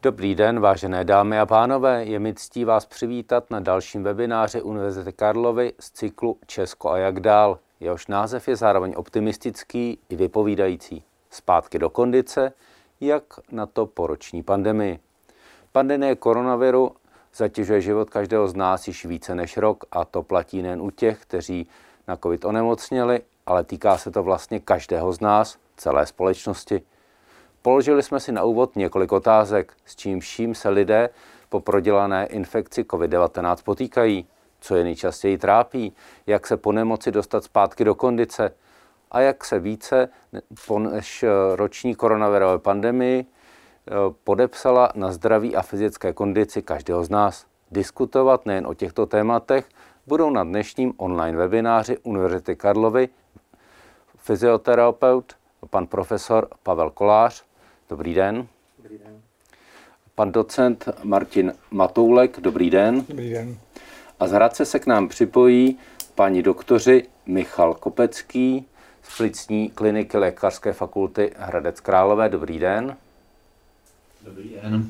Dobrý den, vážené dámy a pánové, je mi ctí vás přivítat na dalším webináři Univerzity Karlovy z cyklu Česko a jak dál. Jehož název je zároveň optimistický i vypovídající. Zpátky do kondice, jak na to po roční pandemii. Pandemie koronaviru zatěžuje život každého z nás již více než rok a to platí nejen u těch, kteří na covid onemocněli, ale týká se to vlastně každého z nás, celé společnosti. Položili jsme si na úvod několik otázek, s čím vším se lidé po prodělané infekci COVID-19 potýkají, co je nejčastěji trápí, jak se po nemoci dostat zpátky do kondice a jak se více než roční koronavirové pandemii podepsala na zdraví a fyzické kondici každého z nás. Diskutovat nejen o těchto tématech budou na dnešním online webináři Univerzity Karlovy fyzioterapeut, pan profesor Pavel Kolář. Dobrý den. Dobrý den. Pan docent Martin Matoulek. Dobrý den. Dobrý den. A z Hradce se k nám připojí páni doktoři Michal Kopecký z plicní kliniky Lékařské fakulty Hradec Králové. Dobrý den. Dobrý den.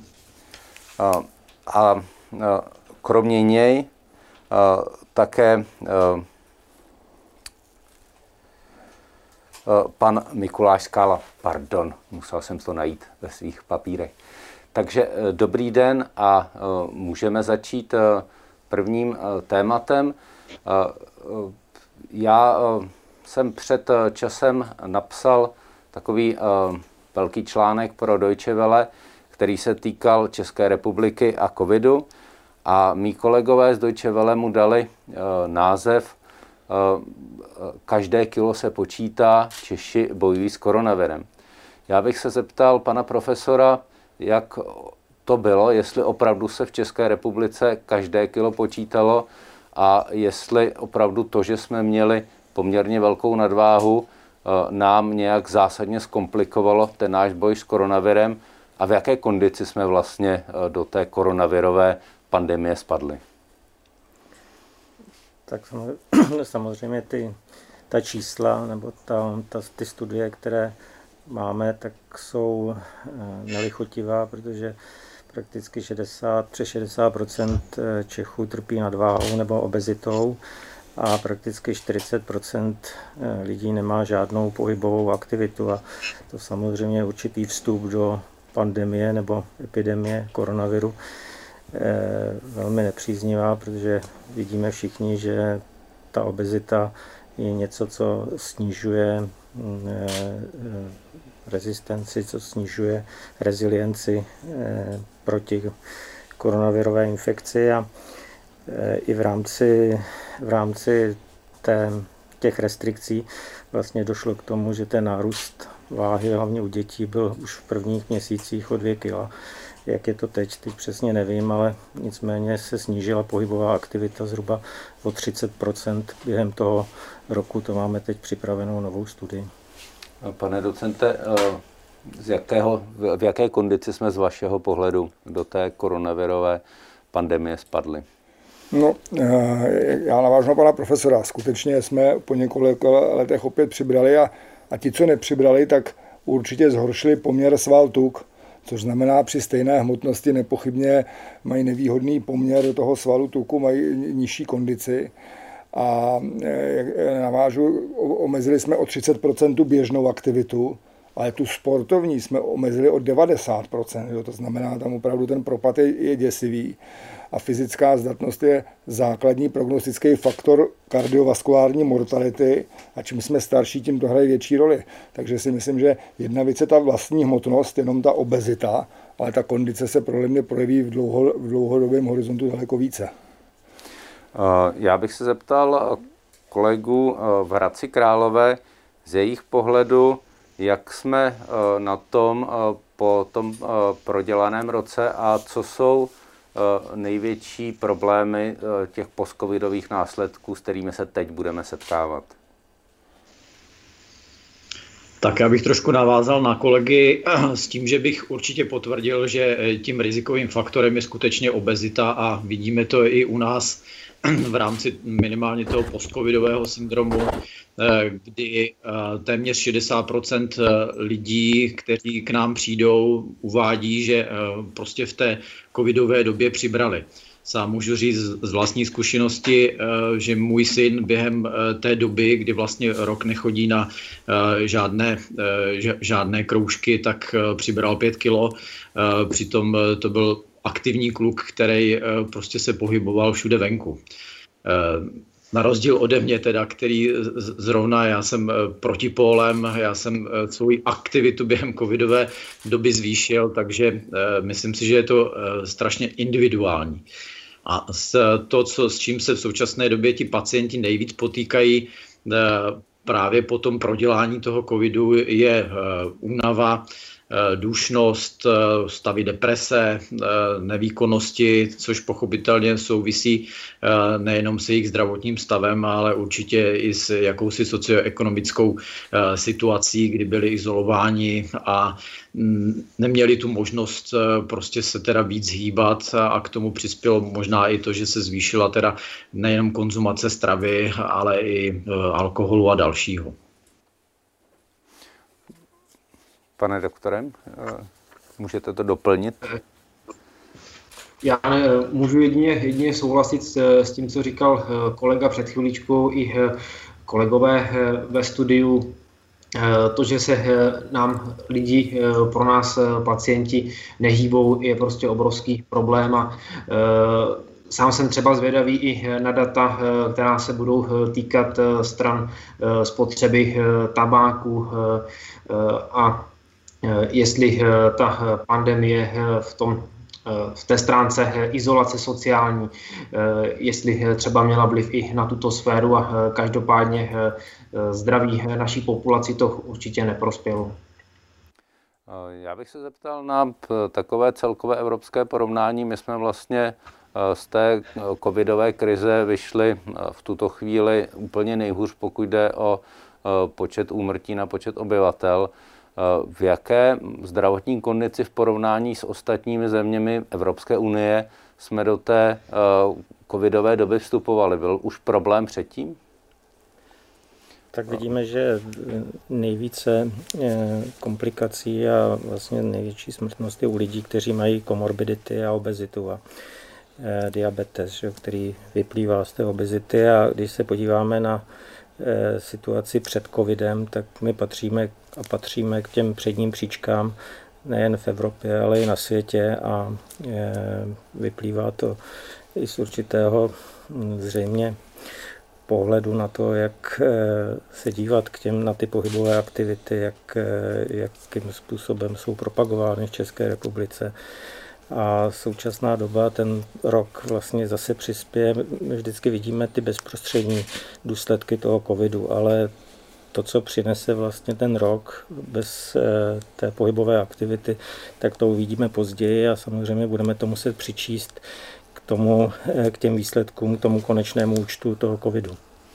A kromě něj také pan Mikuláš Skála. Pardon, musel jsem to najít ve svých papírech. Takže dobrý den a můžeme začít prvním tématem. Já jsem před časem napsal takový velký článek pro Deutsche Welle, který se týkal České republiky a covidu. A mí kolegové z Deutsche Welle mu dali název Každé kilo se počítá, Češi bojují s koronavirem. Já bych se zeptal pana profesora, jak to bylo, jestli opravdu se v České republice každé kilo počítalo a jestli opravdu to, že jsme měli poměrně velkou nadváhu, nám nějak zásadně zkomplikovalo ten náš boj s koronavirem a v jaké kondici jsme vlastně do té koronavirové pandemie spadli. Tak samozřejmě ta čísla nebo ty studie, které máme, tak jsou nelichotivá, protože prakticky 60% Čechů trpí nadváhou nebo obezitou a prakticky 40% lidí nemá žádnou pohybovou aktivitu a to samozřejmě je určitý vstup do pandemie nebo epidemie koronaviru velmi nepříznivá, protože vidíme všichni, že ta obezita je něco, co snižuje rezistenci, co snižuje rezilienci proti koronavirové infekci a i v rámci těch restrikcí vlastně došlo k tomu, že ten nárůst váhy, hlavně u dětí, byl už v prvních měsících o 2 kg. Jak je to teď přesně nevím, ale nicméně se snížila pohybová aktivita zhruba o 30% během toho roku. To máme teď připravenou novou studii. Pane docente, v jaké kondici jsme z vašeho pohledu do té koronavirové pandemie spadli? No, já navážu na pana profesora. Skutečně jsme po několika letech opět přibrali a ti, co nepřibrali, tak určitě zhoršili poměr sval-tuk, což znamená při stejné hmotnosti nepochybně mají nevýhodný poměr do toho svalu tuku, mají nižší kondici. A navážu, omezili jsme o 30% běžnou aktivitu, ale tu sportovní jsme omezili o 90%. Jo, to znamená, tam opravdu ten propad je děsivý. A fyzická zdatnost je základní prognostický faktor kardiovaskulární mortality a čím jsme starší, tím to hraje větší roli. Takže si myslím, že jedna věc je ta vlastní hmotnost, jenom ta obezita, ale ta kondice se podle mě projeví v dlouhodobém horizontu daleko více. Já bych se zeptal kolegů v Hradci Králové z jejich pohledu, jak jsme na tom po tom prodělaném roce a co jsou největší problémy těch postcovidových následků, s kterými se teď budeme setkávat? Tak já bych trošku navázal na kolegy s tím, že bych určitě potvrdil, že tím rizikovým faktorem je skutečně obezita a vidíme to i u nás v rámci minimálně toho postcovidového syndromu, kdy téměř 60% lidí, kteří k nám přijdou, uvádí, že prostě v té covidové době přibrali. Sám můžu říct z vlastní zkušenosti, že můj syn během té doby, kdy vlastně rok nechodí na žádné kroužky, tak přibral 5 kilo. Přitom to byl aktivní kluk, který prostě se pohyboval všude venku. Na rozdíl ode mě teda, který zrovna, já jsem protipólem, já jsem svou aktivitu během covidové doby zvýšil, takže myslím si, že je to strašně individuální. A s čím se v současné době ti pacienti nejvíc potýkají právě po tom prodělání toho covidu, je únava, dušnost, stavy deprese, nevýkonnosti, což pochopitelně souvisí nejenom s jejich zdravotním stavem, ale určitě i s jakousi socioekonomickou situací, kdy byli izolováni a neměli tu možnost prostě se teda víc hýbat a k tomu přispělo možná i to, že se zvýšila teda nejenom konzumace stravy, ale i alkoholu a dalšího. Pane doktore, můžete to doplnit? Já můžu jedině souhlasit s tím, co říkal kolega před chviličkou i kolegové ve studiu. To, že se nám lidi, pro nás pacienti nehýbou, je prostě obrovský problém a sám jsem třeba zvědavý i na data, která se budou týkat stran spotřeby tabáku a jestli ta pandemie v té stránce izolace sociální, jestli třeba měla vliv i na tuto sféru a každopádně zdraví naší populaci to určitě neprospělo. Já bych se zeptal na takové celkové evropské porovnání. My jsme vlastně z té covidové krize vyšli v tuto chvíli úplně nejhůř, pokud jde o počet úmrtí na počet obyvatel. V jaké zdravotní kondici v porovnání s ostatními zeměmi Evropské unie jsme do té covidové doby vstupovali? Byl už problém předtím? Tak vidíme, že nejvíce komplikací a vlastně největší smrtnost je u lidí, kteří mají komorbidity a obezitu a diabetes, který vyplývá z té obezity. A když se podíváme na situaci před covidem, tak my patříme k těm předním příčkám nejen v Evropě, ale i na světě a vyplývá to i z určitého zřejmě pohledu na to, jak se dívat na ty pohybové aktivity, jakým způsobem jsou propagovány v České republice. A současná doba, ten rok vlastně zase přispěje. My vždycky vidíme ty bezprostřední důsledky toho covidu, ale to, co přinese vlastně ten rok bez té pohybové aktivity, tak to uvidíme později a samozřejmě budeme to muset přičíst k těm výsledkům, k tomu konečnému účtu toho covidu.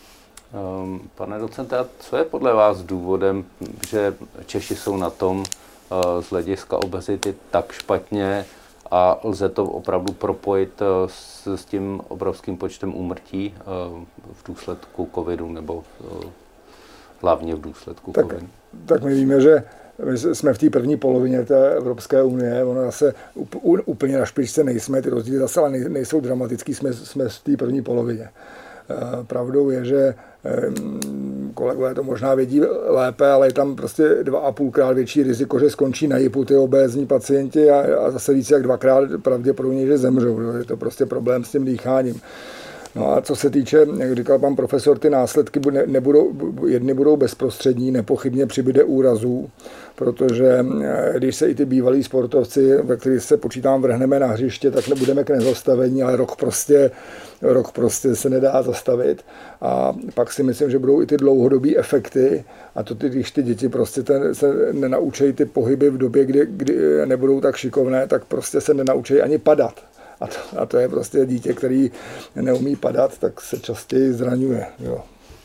Pane docente, a co je podle vás důvodem, že Češi jsou na tom z hlediska obezity tak špatně a lze to opravdu propojit s tím obrovským počtem úmrtí v důsledku covidu nebo hlavně v důsledku covidu? Tak my víme, že my jsme v té první polovině té Evropské unie, ono zase úplně na špičce nejsme, ty rozdíly zase ale nejsou dramatický, jsme v té první polovině. Pravdou je, že kolegové to možná vědí lépe, ale je tam prostě 2,5krát větší riziko, že skončí na JIPu ty obézní pacienti a zase více jak 2krát pravděpodobně, že zemřou. Je to prostě problém s tím dýcháním. No a co se týče, jak říkal pan profesor, ty následky jedny budou bezprostřední, nepochybně přibude úrazů, protože když se i ty bývalí sportovci, ve kterých se počítám vrhneme na hřiště, tak nebudeme k nezastavení, ale rok prostě se nedá zastavit. A pak si myslím, že budou i ty dlouhodobé efekty a to když ty děti prostě se nenaučí ty pohyby v době, kdy nebudou tak šikovné, tak prostě se nenaučí ani padat. A to je prostě dítě, který neumí padat, tak se častěji zraňuje. Jo.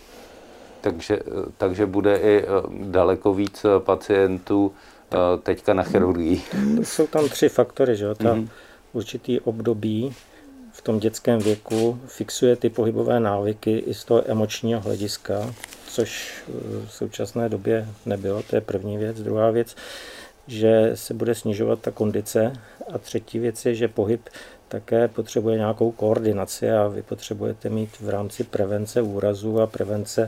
Takže bude i daleko víc pacientů teďka na chirurgii. Jsou tam 3 faktory, že? Určitý období v tom dětském věku fixuje ty pohybové návyky i z toho emočního hlediska, což v současné době nebylo, to je první věc. Druhá věc, že se bude snižovat ta kondice a třetí věc je, že pohyb také potřebuje nějakou koordinaci a vy potřebujete mít v rámci prevence úrazů a prevence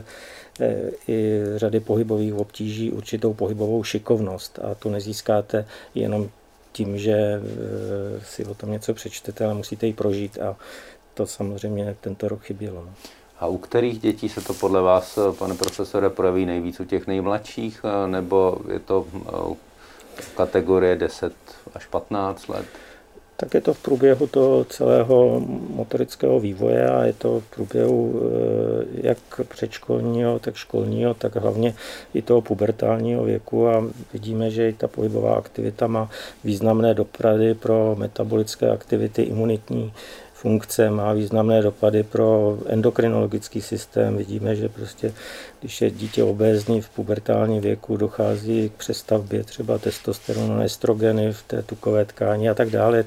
i řady pohybových obtíží určitou pohybovou šikovnost a tu nezískáte jenom tím, že si o tom něco přečtete, ale musíte ji prožít a to samozřejmě tento rok chybělo. A u kterých dětí se to podle vás, pane profesore, projeví nejvíc? U těch nejmladších, nebo je to kategorie 10 až 15 let? Tak je to v průběhu toho celého motorického vývoje a je to v průběhu jak předškolního, tak školního, tak hlavně i toho pubertálního věku a vidíme, že i ta pohybová aktivita má významné dopady pro metabolické aktivity, imunitní funkce, má významné dopady pro endokrinologický systém. Vidíme, že prostě, když je dítě obézní v pubertálním věku, dochází k přestavbě třeba testosteronu, estrogeny v té tukové tkáni a tak dále.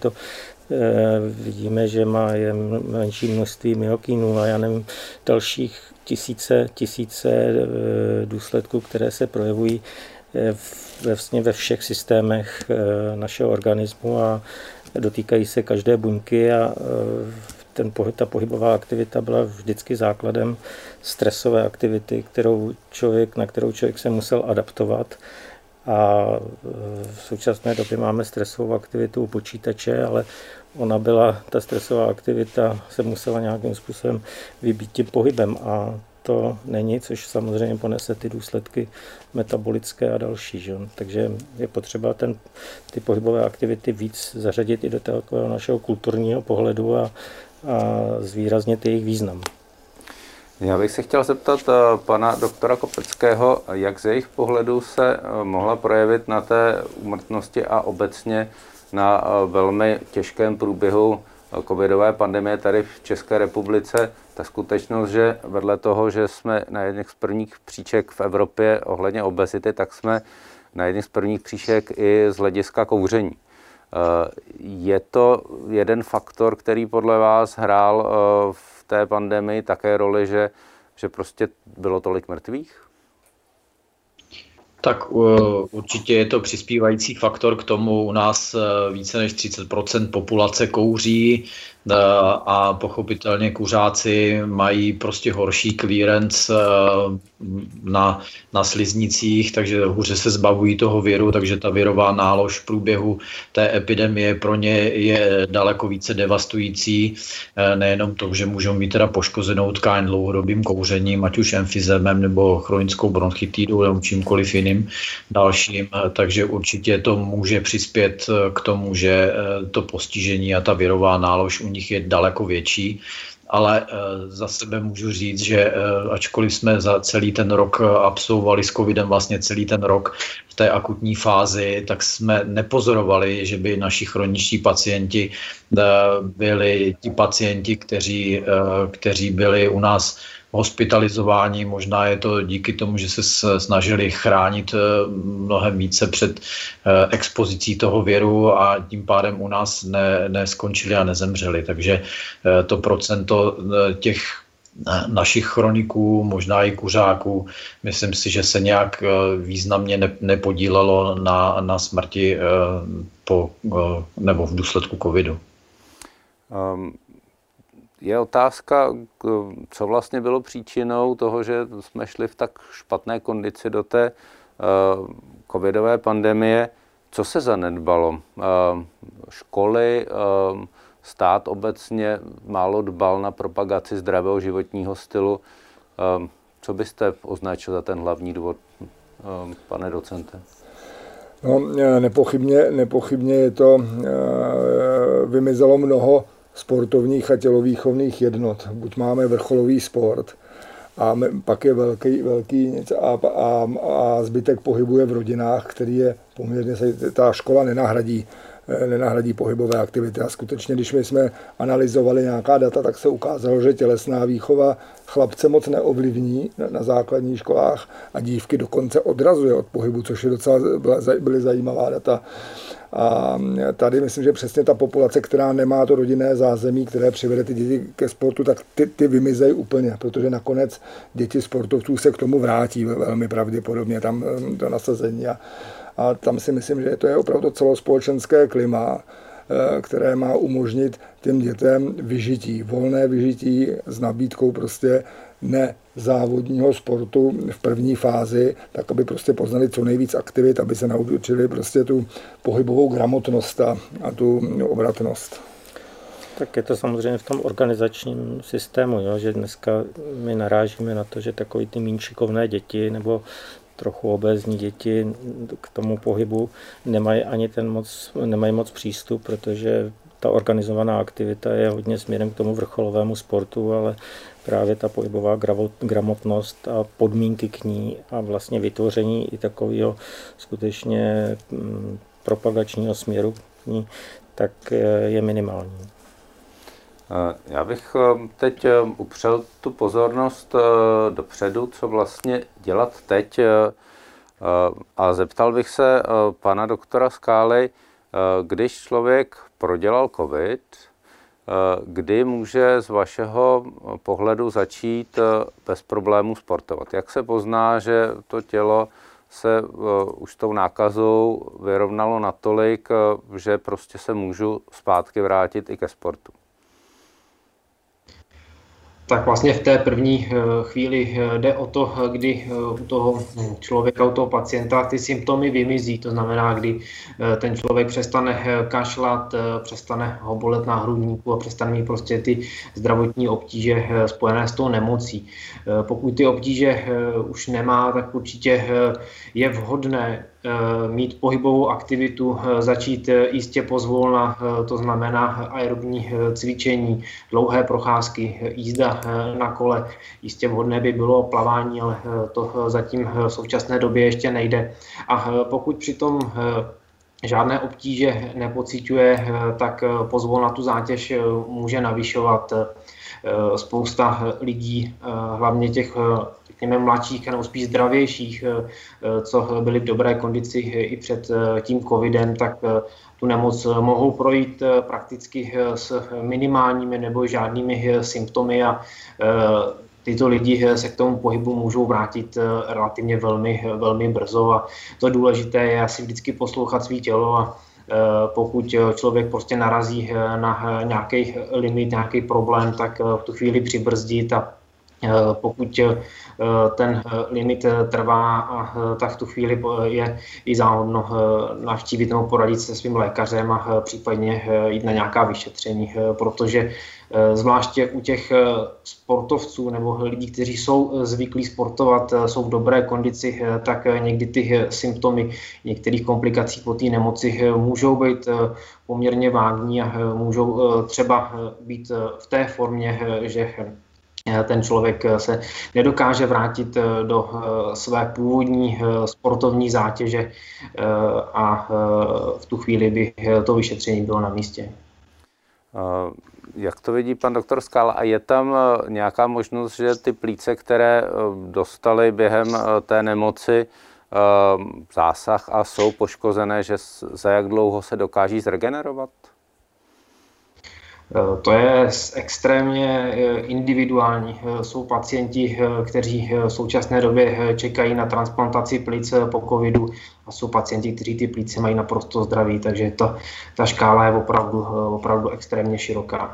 Vidíme, že má menší množství myokínů a já nevím, dalších tisíce důsledků, které se projevují vlastně ve všech systémech našeho organismu a dotýkají se každé buňky a ta pohybová aktivita byla vždycky základem stresové aktivity, na kterou člověk se musel adaptovat. A v současné době máme stresovou aktivitu u počítače, ale ta stresová aktivita se musela nějakým způsobem vybít tím pohybem a to není, což samozřejmě ponese ty důsledky metabolické a další. Že? Takže je potřeba ty pohybové aktivity víc zařadit i do takového našeho kulturního pohledu a zvýraznit jejich význam. Já bych se chtěl zeptat pana doktora Kopeckého, jak z jejich pohledu se mohla projevit na té úmrtnosti a obecně na velmi těžkém průběhu covidové pandemie tady v České republice ta skutečnost, že vedle toho, že jsme na jedných z prvních příček v Evropě ohledně obezity, tak jsme na jedných z prvních příček i z hlediska kouření. Je to jeden faktor, který podle vás hrál v té pandemii také roli, že prostě bylo tolik mrtvých? Tak určitě je to přispívající faktor k tomu. U nás více než 30% populace kouří a pochopitelně kuřáci mají prostě horší clearance na sliznicích, takže hůře se zbavují toho viru, takže ta virová nálož v průběhu té epidemie pro ně je daleko více devastující. Nejenom to, že můžou mít teda poškozenou tkáň dlouhodobým kouřením, ať už emfyzemem nebo chronickou bronchitidou nebo čímkoliv jiným dalším, takže určitě to může přispět k tomu, že to postižení a ta virová nálož u nich je daleko větší. Ale za sebe můžu říct, že ačkoliv jsme za celý ten rok absolvovali s covidem vlastně celý ten rok v té akutní fázi, tak jsme nepozorovali, že by naši chroničtí pacienti byli ti pacienti, kteří byli u nás hospitalizování. Možná je to díky tomu, že se snažili chránit mnohem více před expozicí toho viru a tím pádem u nás neskončili a nezemřeli. Takže to procento těch našich chroniků, možná i kuřáků, myslím si, že se nějak významně nepodílelo na smrti nebo v důsledku covidu. Je otázka, co vlastně bylo příčinou toho, že jsme šli v tak špatné kondici do té covidové pandemie. Co se zanedbalo? Školy, stát obecně málo dbal na propagaci zdravého životního stylu. Co byste označil za ten hlavní důvod, pane docente? No, nepochybně je to, vymizelo mnoho sportovních a tělovýchovných jednot. Buď máme vrcholový sport a pak je velký a zbytek pohybuje v rodinách, který je poměrně, ta škola nenahradí nenahradí pohybové aktivity. A skutečně, když my jsme analyzovali nějaká data, tak se ukázalo, že tělesná výchova chlapce moc neovlivní na základních školách a dívky dokonce odrazuje od pohybu, což je docela byly zajímavá data. A tady myslím, že přesně ta populace, která nemá to rodinné zázemí, které přivede ty děti ke sportu, tak ty vymizejí úplně, protože nakonec děti sportovců se k tomu vrátí velmi pravděpodobně, tam to nasazení. A tam si myslím, že to je opravdu celospolečenské klima, které má umožnit těm dětem vyžití, volné vyžití s nabídkou prostě nezávodního sportu v první fázi, tak aby prostě poznali co nejvíc aktivit, aby se naučili prostě tu pohybovou gramotnost a tu obratnost. Tak je to samozřejmě v tom organizačním systému, jo, že dneska my narážíme na to, že takový ty méně šikovné děti nebo trochu obézní děti k tomu pohybu nemají moc přístup, protože ta organizovaná aktivita je hodně směrem k tomu vrcholovému sportu, ale právě ta pohybová gramotnost a podmínky k ní a vlastně vytvoření i takového skutečně propagačního směru k ní, tak je minimální. Já bych teď upřel tu pozornost dopředu, co vlastně dělat teď, a zeptal bych se pana doktora Skály, když člověk prodělal covid, kdy může z vašeho pohledu začít bez problémů sportovat? Jak se pozná, že to tělo se už s tou nákazou vyrovnalo natolik, že prostě se můžu zpátky vrátit i ke sportu? Tak vlastně v té první chvíli jde o to, kdy u toho člověka, u toho pacienta ty symptomy vymizí. To znamená, kdy ten člověk přestane kašlat, přestane ho bolet na hrudníku a přestane mít prostě ty zdravotní obtíže spojené s tou nemocí. Pokud ty obtíže už nemá, tak určitě je vhodné mít pohybovou aktivitu, začít jistě pozvolna, to znamená aerobní cvičení, dlouhé procházky, jízda na kole. Jistě vhodné by bylo plavání, ale to zatím v současné době ještě nejde. A pokud přitom žádné obtíže nepociťuje, tak pozvolna tu zátěž může navyšovat. Spousta lidí, hlavně těch řekněme mladších nebo spíš zdravějších, co byli v dobré kondici i před tím covidem, tak tu nemoc mohou projít prakticky s minimálními nebo žádnými symptomy a tyto lidi se k tomu pohybu můžou vrátit relativně velmi brzo a to důležité je asi vždycky poslouchat svý tělo a pokud člověk prostě narazí na nějaký limit, nějaký problém, tak v tu chvíli přibrzdit a pokud ten limit trvá, tak v tu chvíli je i záhodno navštívit nebo poradit se svým lékařem a případně jít na nějaká vyšetření, protože zvláště u těch sportovců nebo lidí, kteří jsou zvyklí sportovat, jsou v dobré kondici, tak někdy ty symptomy některých komplikací po té nemoci můžou být poměrně vágní a můžou třeba být v té formě, že ten člověk se nedokáže vrátit do své původní sportovní zátěže a v tu chvíli by to vyšetření bylo na místě. Jak to vidí pan doktor Skála? A je tam nějaká možnost, že ty plíce, které dostaly během té nemoci zásah a jsou poškozené, že za jak dlouho se dokáží zregenerovat? To je extrémně individuální. Jsou pacienti, kteří v současné době čekají na transplantaci plic po covidu a jsou pacienti, kteří ty plíce mají naprosto zdraví, takže ta škála je opravdu extrémně široká.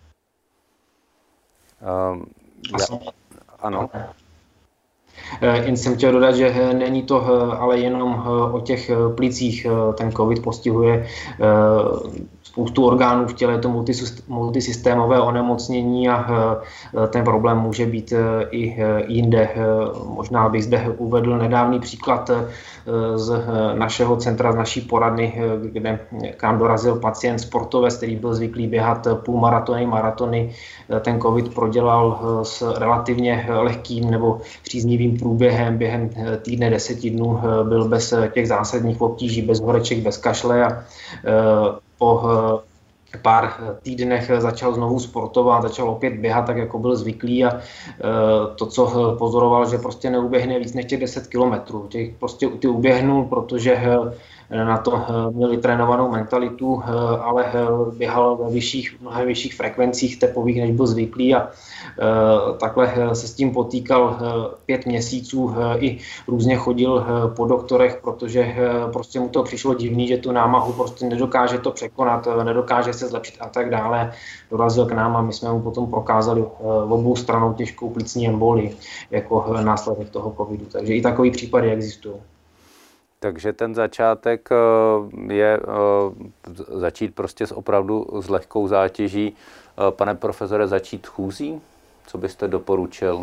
Ano. Jen jsem chtěl dodat, že není to ale jenom o těch plicích. Ten covid postihuje spoustu orgánů v těle, je to multisystémové onemocnění a ten problém může být i jinde. Možná bych zde uvedl nedávný příklad z našeho centra, z naší poradny, kde k nám dorazil pacient sportovec, který byl zvyklý běhat půlmaratony, maratony. Ten covid prodělal s relativně lehkým nebo příznivým průběhem. Během týdne 10 dnů byl bez těch zásadních obtíží, bez horeček, bez kašle a po pár týdnech začal znovu sportovat, začal opět běhat tak, jako byl zvyklý a to, co pozoroval, že prostě neuběhne víc než těch 10 kilometrů. Prostě ty uběhnul, protože na to měli trénovanou mentalitu, ale běhal ve mnohem vyšších frekvencích tepových, než byl zvyklý a takhle se s tím potýkal 5 měsíců i různě chodil po doktorech, protože prostě mu to přišlo divný, že tu námahu prostě nedokáže to překonat, nedokáže se zlepšit a tak dále. Dorazil k nám a my jsme mu potom prokázali obou stranou těžkou plicní embolii jako následek toho covidu. Takže i takový případy existují. Takže ten začátek je začít prostě opravdu s lehkou zátěží. Pane profesore, začít chůzí? Co byste doporučil?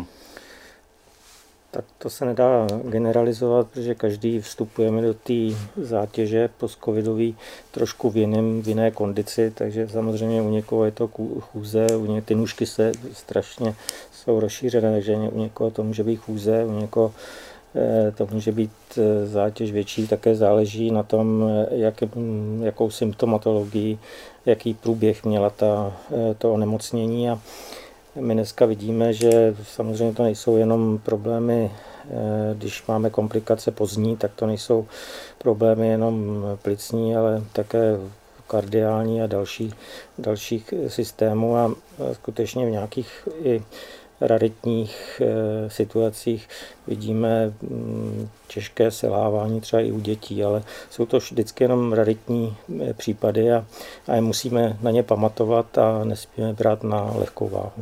Tak to se nedá generalizovat, protože každý vstupujeme do té zátěže postcovidový trošku v jiné kondici, takže samozřejmě u někoho je to chůze, ty nůžky se strašně jsou rozšířené, takže u někoho to může být chůze, u někoho to může být zátěž větší, také záleží na tom, jakou symptomatologii, jaký průběh měla to onemocnění. A my dneska vidíme, že samozřejmě to nejsou jenom problémy, když máme komplikace pozdní, tak to nejsou problémy jenom plicní, ale také kardiální a dalších systémů a skutečně v nějakých i raritních situacích vidíme těžké selhávání třeba i u dětí, ale jsou to vždycky jenom raritní případy a musíme na ně pamatovat a nesmíme brát na lehkou váhu.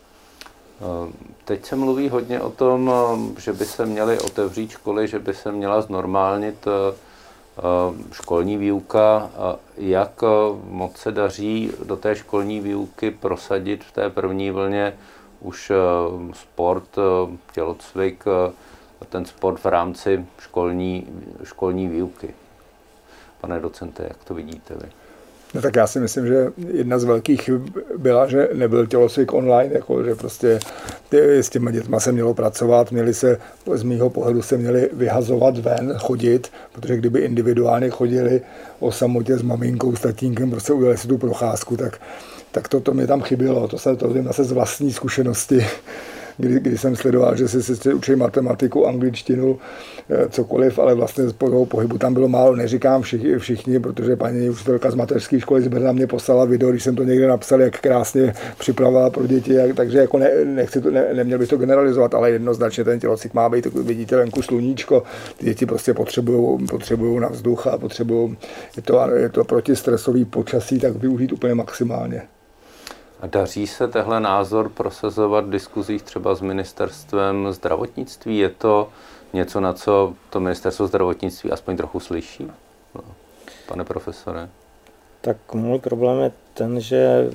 Teď se mluví hodně o tom, že by se měly otevřít školy, že by se měla znormálnit školní výuka. Jak moc se daří do té školní výuky prosadit v té první vlně už sport, tělocvik, ten sport v rámci školní výuky? Pane docente, jak to vidíte vy? No tak já si myslím, že jedna z velkých chyb byla, že nebyl tělocvik online, jako, že prostě s těma dětma se mělo pracovat, z mýho pohledu se měli vyhazovat ven, chodit, protože kdyby individuálně chodili o samotě s maminkou, s tatínkem, prostě udělali si tu procházku, tak to mě tam chybělo, to vím zase z vlastní zkušenosti, kdy jsem sledoval, že si učí matematiku, angličtinu, cokoliv, ale vlastně z toho pohybu tam bylo málo. Neříkám všichni, protože paní učitelka z mateřské školy z Brna mě poslala video, když jsem to někde napsal, jak krásně připravovala pro děti, takže jako neměl bych to generalizovat, ale jednoznačně ten tělocvik má být, vidíte venku sluníčko, ty děti prostě potřebují na vzduch a je to protistresový počasí, tak využít úplně maximálně. A daří se tehle názor prosazovat v diskuzích třeba s ministerstvem zdravotnictví? Je to něco, na co to ministerstvo zdravotnictví aspoň trochu slyší? No, pane profesore. Tak můj problém je ten, že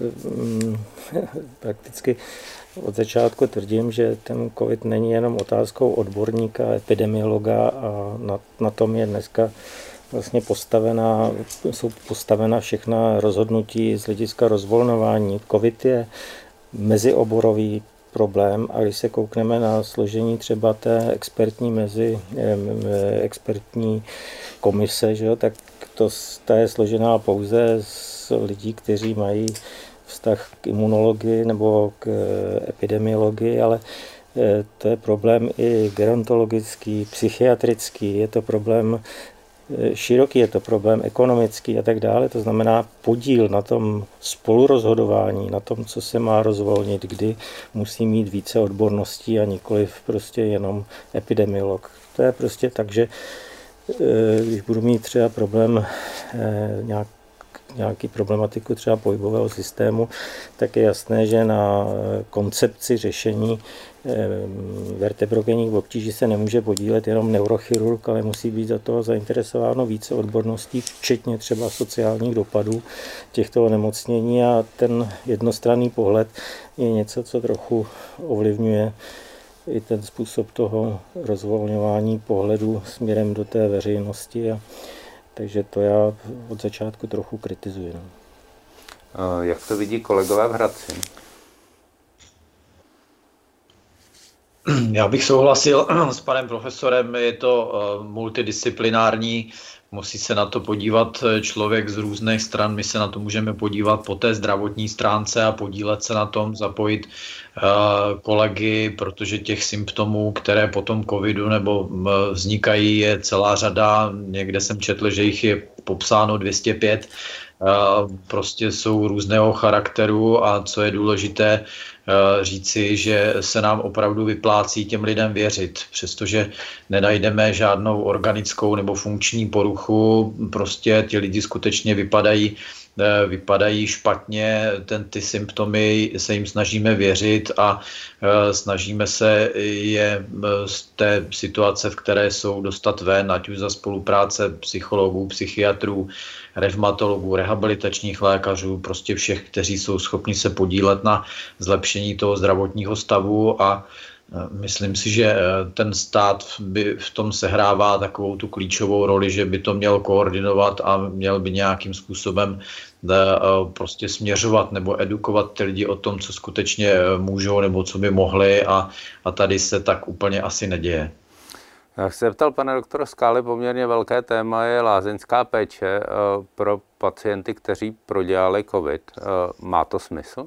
prakticky od začátku tvrdím, že ten covid není jenom otázkou odborníka, epidemiologa a na tom je dneska vlastně jsou postavena všechna rozhodnutí z hlediska rozvolňování. Covid je mezioborový problém a když se koukneme na složení třeba té expertní komise, že jo, tak ta je složená pouze z lidí, kteří mají vztah k imunologii nebo k epidemiologii, ale to je problém i gerontologický, psychiatrický, je to problém široký, je to problém ekonomický a tak dále. To znamená podíl na tom spolurozhodování, na tom, co se má rozvolnit, kdy musí mít více odborností a nikoliv prostě jenom epidemiolog. To je prostě tak, že když budu mít třeba problém nějak nějaký problematiku třeba pohybového systému, tak je jasné, že na koncepci řešení vertebrogenních obtíží se nemůže podílet jenom neurochirurg, ale musí být do toho zainteresováno více odborností, včetně třeba sociálních dopadů těchto onemocnění, a ten jednostranný pohled je něco, co trochu ovlivňuje i ten způsob toho rozvolňování pohledu směrem do té veřejnosti. Takže to já od začátku trochu kritizuji. No. Jak to vidí kolegové v Hradci? Já bych souhlasil s panem profesorem, je to multidisciplinární, musí se na to podívat člověk z různých stran, my se na to můžeme podívat po té zdravotní stránce a podílet se na tom, zapojit kolegy, protože těch symptomů, které po tom covidu nebo vznikají, je celá řada, někde jsem četl, že jich je popsáno 205, prostě jsou různého charakteru a co je důležité říci, že se nám opravdu vyplácí těm lidem věřit, přestože nenajdeme žádnou organickou nebo funkční poruchu, prostě ti lidi skutečně vypadají špatně, ty symptomy se jim snažíme věřit a snažíme se je z té situace, v které jsou, dostat ven, ať už za spolupráce psychologů, psychiatrů, revmatologů, rehabilitačních lékařů, prostě všech, kteří jsou schopni se podílet na zlepšení toho zdravotního stavu, a myslím si, že ten stát by v tom sehrává takovou tu klíčovou roli, že by to měl koordinovat a měl by nějakým způsobem prostě směřovat nebo edukovat ty lidi o tom, co skutečně můžou nebo co by mohli, a tady se tak úplně asi neděje. Jak se ptal pane doktor Skály, poměrně velké téma je lázeňská péče pro pacienty, kteří prodělali covid. Má to smysl?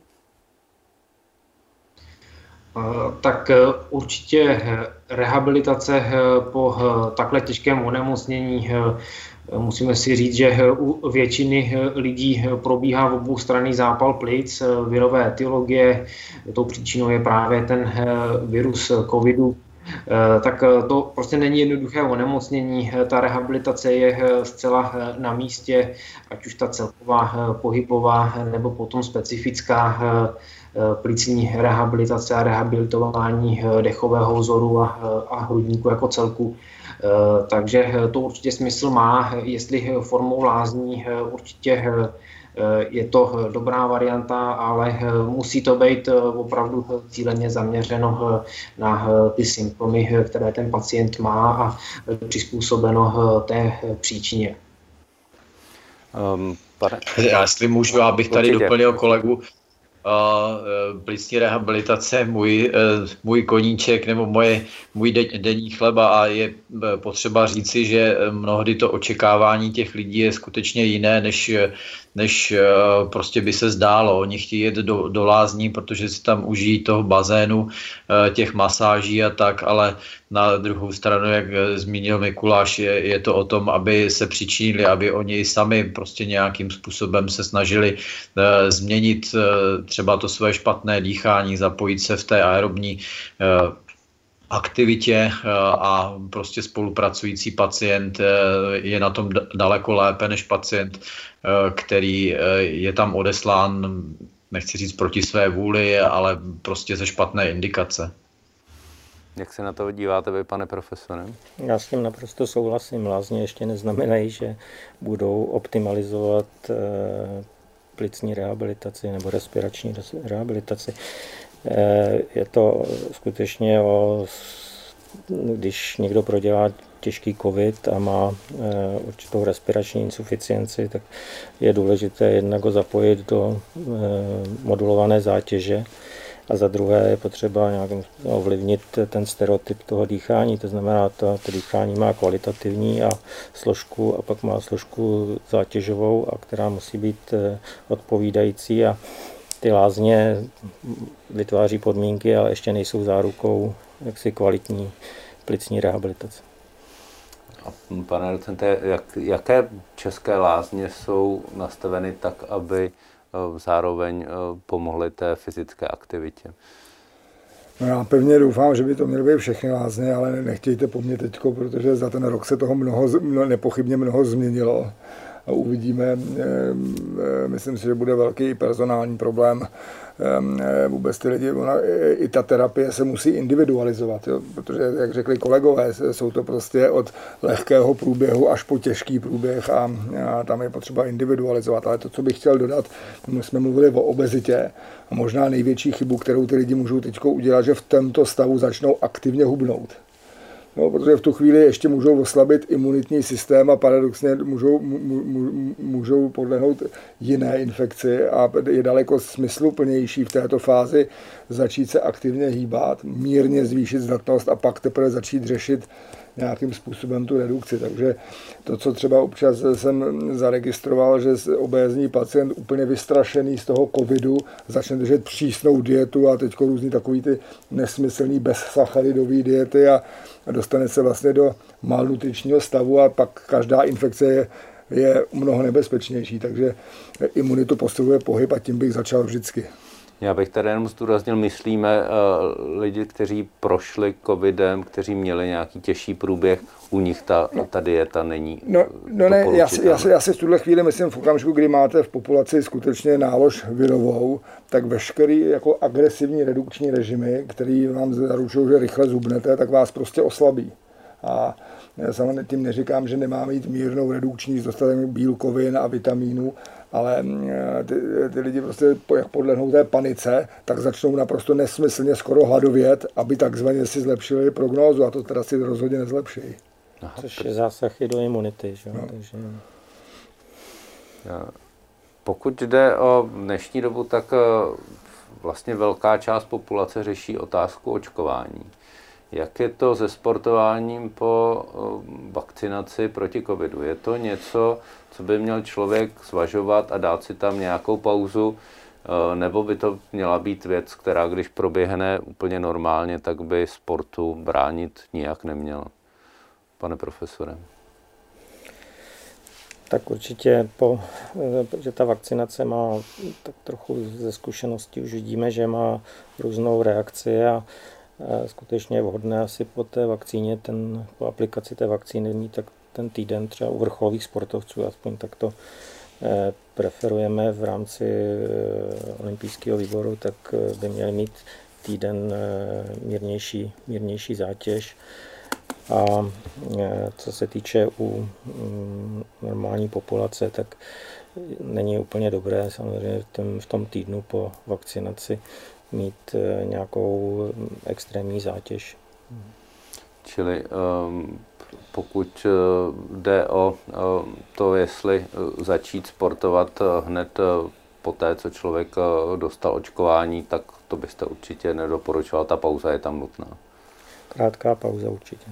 Tak určitě rehabilitace po takhle těžkém onemocnění, musíme si říct, že u většiny lidí probíhá oboustranný zápal plic, virové etiologie, tou příčinou je právě ten virus covidu. Tak to prostě není jednoduché onemocnění. Ta rehabilitace je zcela na místě, ať už ta celková pohybová nebo potom specifická plicní rehabilitace a rehabilitování dechového vzoru a hrudníku jako celku. Takže to určitě smysl má, jestli formou lázní určitě je to dobrá varianta, ale musí to být opravdu cíleně zaměřeno na ty symptomy, které ten pacient má, a přizpůsobeno té příčině. Já jestli můžu, abych tady doplnil kolegu, plicní rehabilitace můj koníček nebo můj denní chleba, a je potřeba říci, že mnohdy to očekávání těch lidí je skutečně jiné, než prostě by se zdálo. Oni chtějí jet do lázní, protože si tam užijí toho bazénu, těch masáží a tak, ale na druhou stranu, jak zmínil Mikuláš, je to o tom, aby se přičinili, aby oni sami prostě nějakým způsobem se snažili změnit třeba to své špatné dýchání, zapojit se v té aerobní aktivitě, a prostě spolupracující pacient je na tom daleko lépe než pacient, který je tam odeslán, nechci říct proti své vůli, ale prostě ze špatné indikace. Jak se na to díváte vy, pane profesore? Já s tím naprosto souhlasím. Lázně ještě neznamenají, že budou optimalizovat plicní rehabilitaci nebo respirační rehabilitaci. Je to skutečně když někdo prodělá těžký covid a má určitou respirační insuficienci, tak je důležité jednak ho zapojit do modulované zátěže, a za druhé je potřeba nějakým ovlivnit ten stereotyp toho dýchání, to znamená, to dýchání má kvalitativní a složku, a pak má složku zátěžovou, a která musí být odpovídající, a ty lázně vytváří podmínky, ale ještě nejsou zárukou jaksi kvalitní plicní rehabilitace. Pane docente, jaké české lázně jsou nastaveny tak, aby zároveň pomohly té fyzické aktivitě? No, já pevně doufám, že by to měly být všechny lázně, ale nechtějte po mně teďko, protože za ten rok se toho nepochybně mnoho změnilo. a uvidíme. Myslím si, že bude velký personální problém. Vůbec ty lidi, i ta terapie se musí individualizovat, jo? Protože, jak řekli kolegové, jsou to prostě od lehkého průběhu až po těžký průběh a tam je potřeba individualizovat. Ale to, co bych chtěl dodat, my jsme mluvili o obezitě a možná největší chybu, kterou ty lidi můžou teď udělat, že v tomto stavu začnou aktivně hubnout. No, protože v tu chvíli ještě můžou oslabit imunitní systém a paradoxně můžou podlehnout jiné infekci a je daleko smysluplnější v této fázi začít se aktivně hýbat, mírně zvýšit zdatnost a pak teprve začít řešit nějakým způsobem tu redukci. Takže to, co třeba občas jsem zaregistroval, že obézní pacient úplně vystrašený z toho covidu začne držet přísnou dietu a teď různý takový ty nesmyslný bezsacharidový diety a dostane se vlastně do malnutričního stavu a pak každá infekce je mnoho nebezpečnější. Takže imunitu posiluje pohyb a tím bych začal vždycky. Já bych tady jenom zdůraznil, myslíme lidi, kteří prošli covidem, kteří měli nějaký těžší průběh, u nich ta dieta není já si v tuhle chvíli myslím v okamžiku, kdy máte v populaci skutečně nálož virovou, tak veškerý jako agresivní redukční režimy, který vám zaručují, že rychle zhubnete, tak vás prostě oslabí. A já samozřejmě tím neříkám, že nemá mít mírnou redukční s dostatkem bílkovin a vitamínů, ale ty lidi prostě, jak podlehnou té panice, tak začnou naprosto nesmyslně skoro hladovět, aby takzvaně si zlepšili prognózu a to teda si rozhodně nezlepší. Což je zásah i do imunity. Že? No. Takže... Pokud jde o dnešní dobu, tak vlastně velká část populace řeší otázku očkování. Jak je to se sportováním po vakcinaci proti covidu? Je to něco, co by měl člověk zvažovat a dát si tam nějakou pauzu, nebo by to měla být věc, která když proběhne úplně normálně, tak by sportu bránit nijak neměla? Pane profesore. Tak určitě, protože ta vakcinace má tak trochu ze zkušeností, už vidíme, že má různou reakci a skutečně je vhodné asi po té vakcíně, po aplikaci té vakcíny mít tak ten týden třeba u vrcholových sportovců, aspoň tak to preferujeme v rámci olympijského výboru, tak by měli mít týden mírnější zátěž. A co se týče u normální populace, tak není úplně dobré samozřejmě v tom týdnu po vakcinaci mít nějakou extrémní zátěž. Čili pokud jde o to, jestli začít sportovat hned po té, co člověk dostal očkování, tak to byste určitě nedoporučoval, ta pauza je tam nutná. Krátká pauza určitě.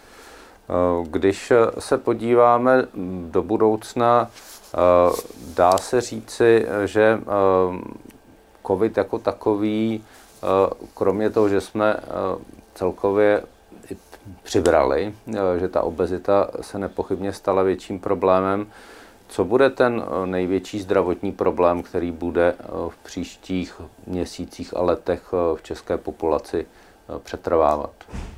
Když se podíváme do budoucna, dá se říci, že COVID jako takový, kromě toho, že jsme celkově přibrali, že ta obezita se nepochybně stala větším problémem, co bude ten největší zdravotní problém, který bude v příštích měsících a letech v české populaci přetrvávat?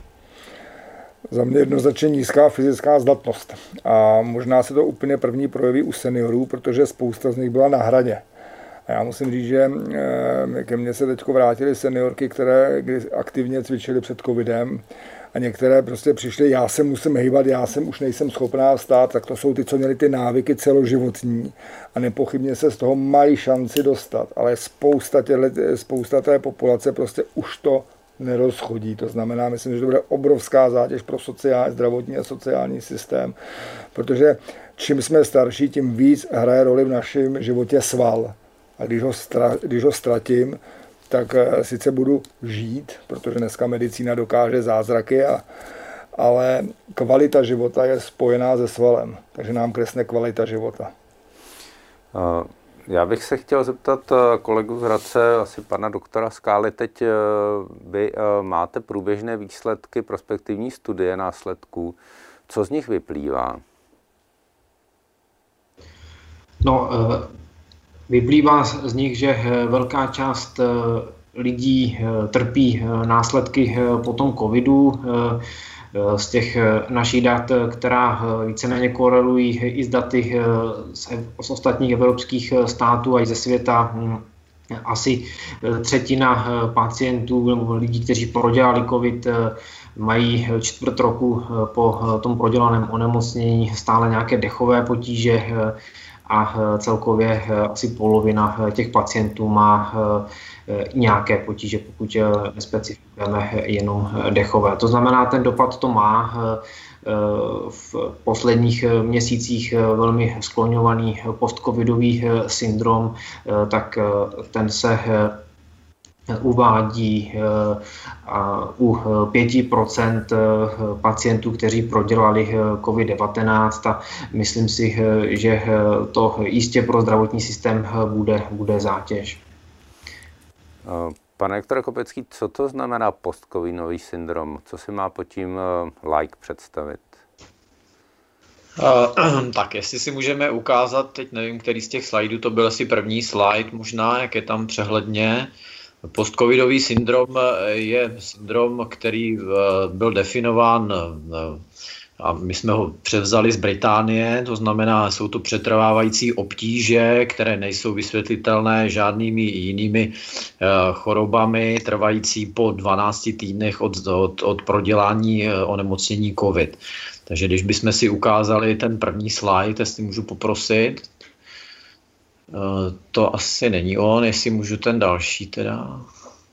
Za mě jednoznačně nízká fyzická zdatnost. A možná se to úplně první projeví u seniorů, protože spousta z nich byla na hraně. A já musím říct, že ke mně se teď vrátily seniorky, které aktivně cvičily před covidem a některé prostě přišly, já se musím hýbat, už nejsem schopná vstát, tak to jsou ty, co měly ty návyky celoživotní a nepochybně se z toho mají šanci dostat. Ale spousta té populace prostě už to nerozchodí. To znamená, myslím, že to bude obrovská zátěž pro zdravotní a sociální systém, protože čím jsme starší, tím víc hraje roli v našem životě sval. A když ho ztratím, tak sice budu žít, protože dneska medicína dokáže zázraky, ale kvalita života je spojená se svalem, takže nám klesne kvalita života. Já bych se chtěl zeptat kolegu z Hradce, asi pana doktora Skály, teď vy máte průběžné výsledky prospektivní studie následků. Co z nich vyplývá? No, vyplývá z nich, že velká část lidí trpí následky po tom covidu. z těch našich dat, která víceméně korelují i s daty z ostatních evropských států a i ze světa, asi třetina pacientů nebo lidí, kteří prodělali covid, mají čtvrt roku po tom prodělaném onemocnění stále nějaké dechové potíže a celkově asi polovina těch pacientů má nějaké potíže, pokud nespecifikujeme jenom dechové. To znamená, ten dopad to má. V posledních měsících velmi skloňovaný postcovidový syndrom, tak ten se uvádí u 5% pacientů, kteří prodělali COVID-19 a myslím si, že to jistě pro zdravotní systém bude zátěž. Pane doktore Kopecký, co to znamená postcovidový syndrom? Co si má pod tím laik představit? Tak jestli si můžeme ukázat, teď nevím, který z těch slajdů, to byl asi první slide možná, jak je tam přehledně. Postcovidový syndrom je syndrom, který byl definován a my jsme ho převzali z Británie, to znamená, jsou to přetrvávající obtíže, které nejsou vysvětlitelné žádnými jinými chorobami, trvající po 12 týdnech od prodělání onemocnění COVID. Takže když bychom si ukázali ten první slide, jestli můžu poprosit, to asi není on, jestli můžu ten další teda.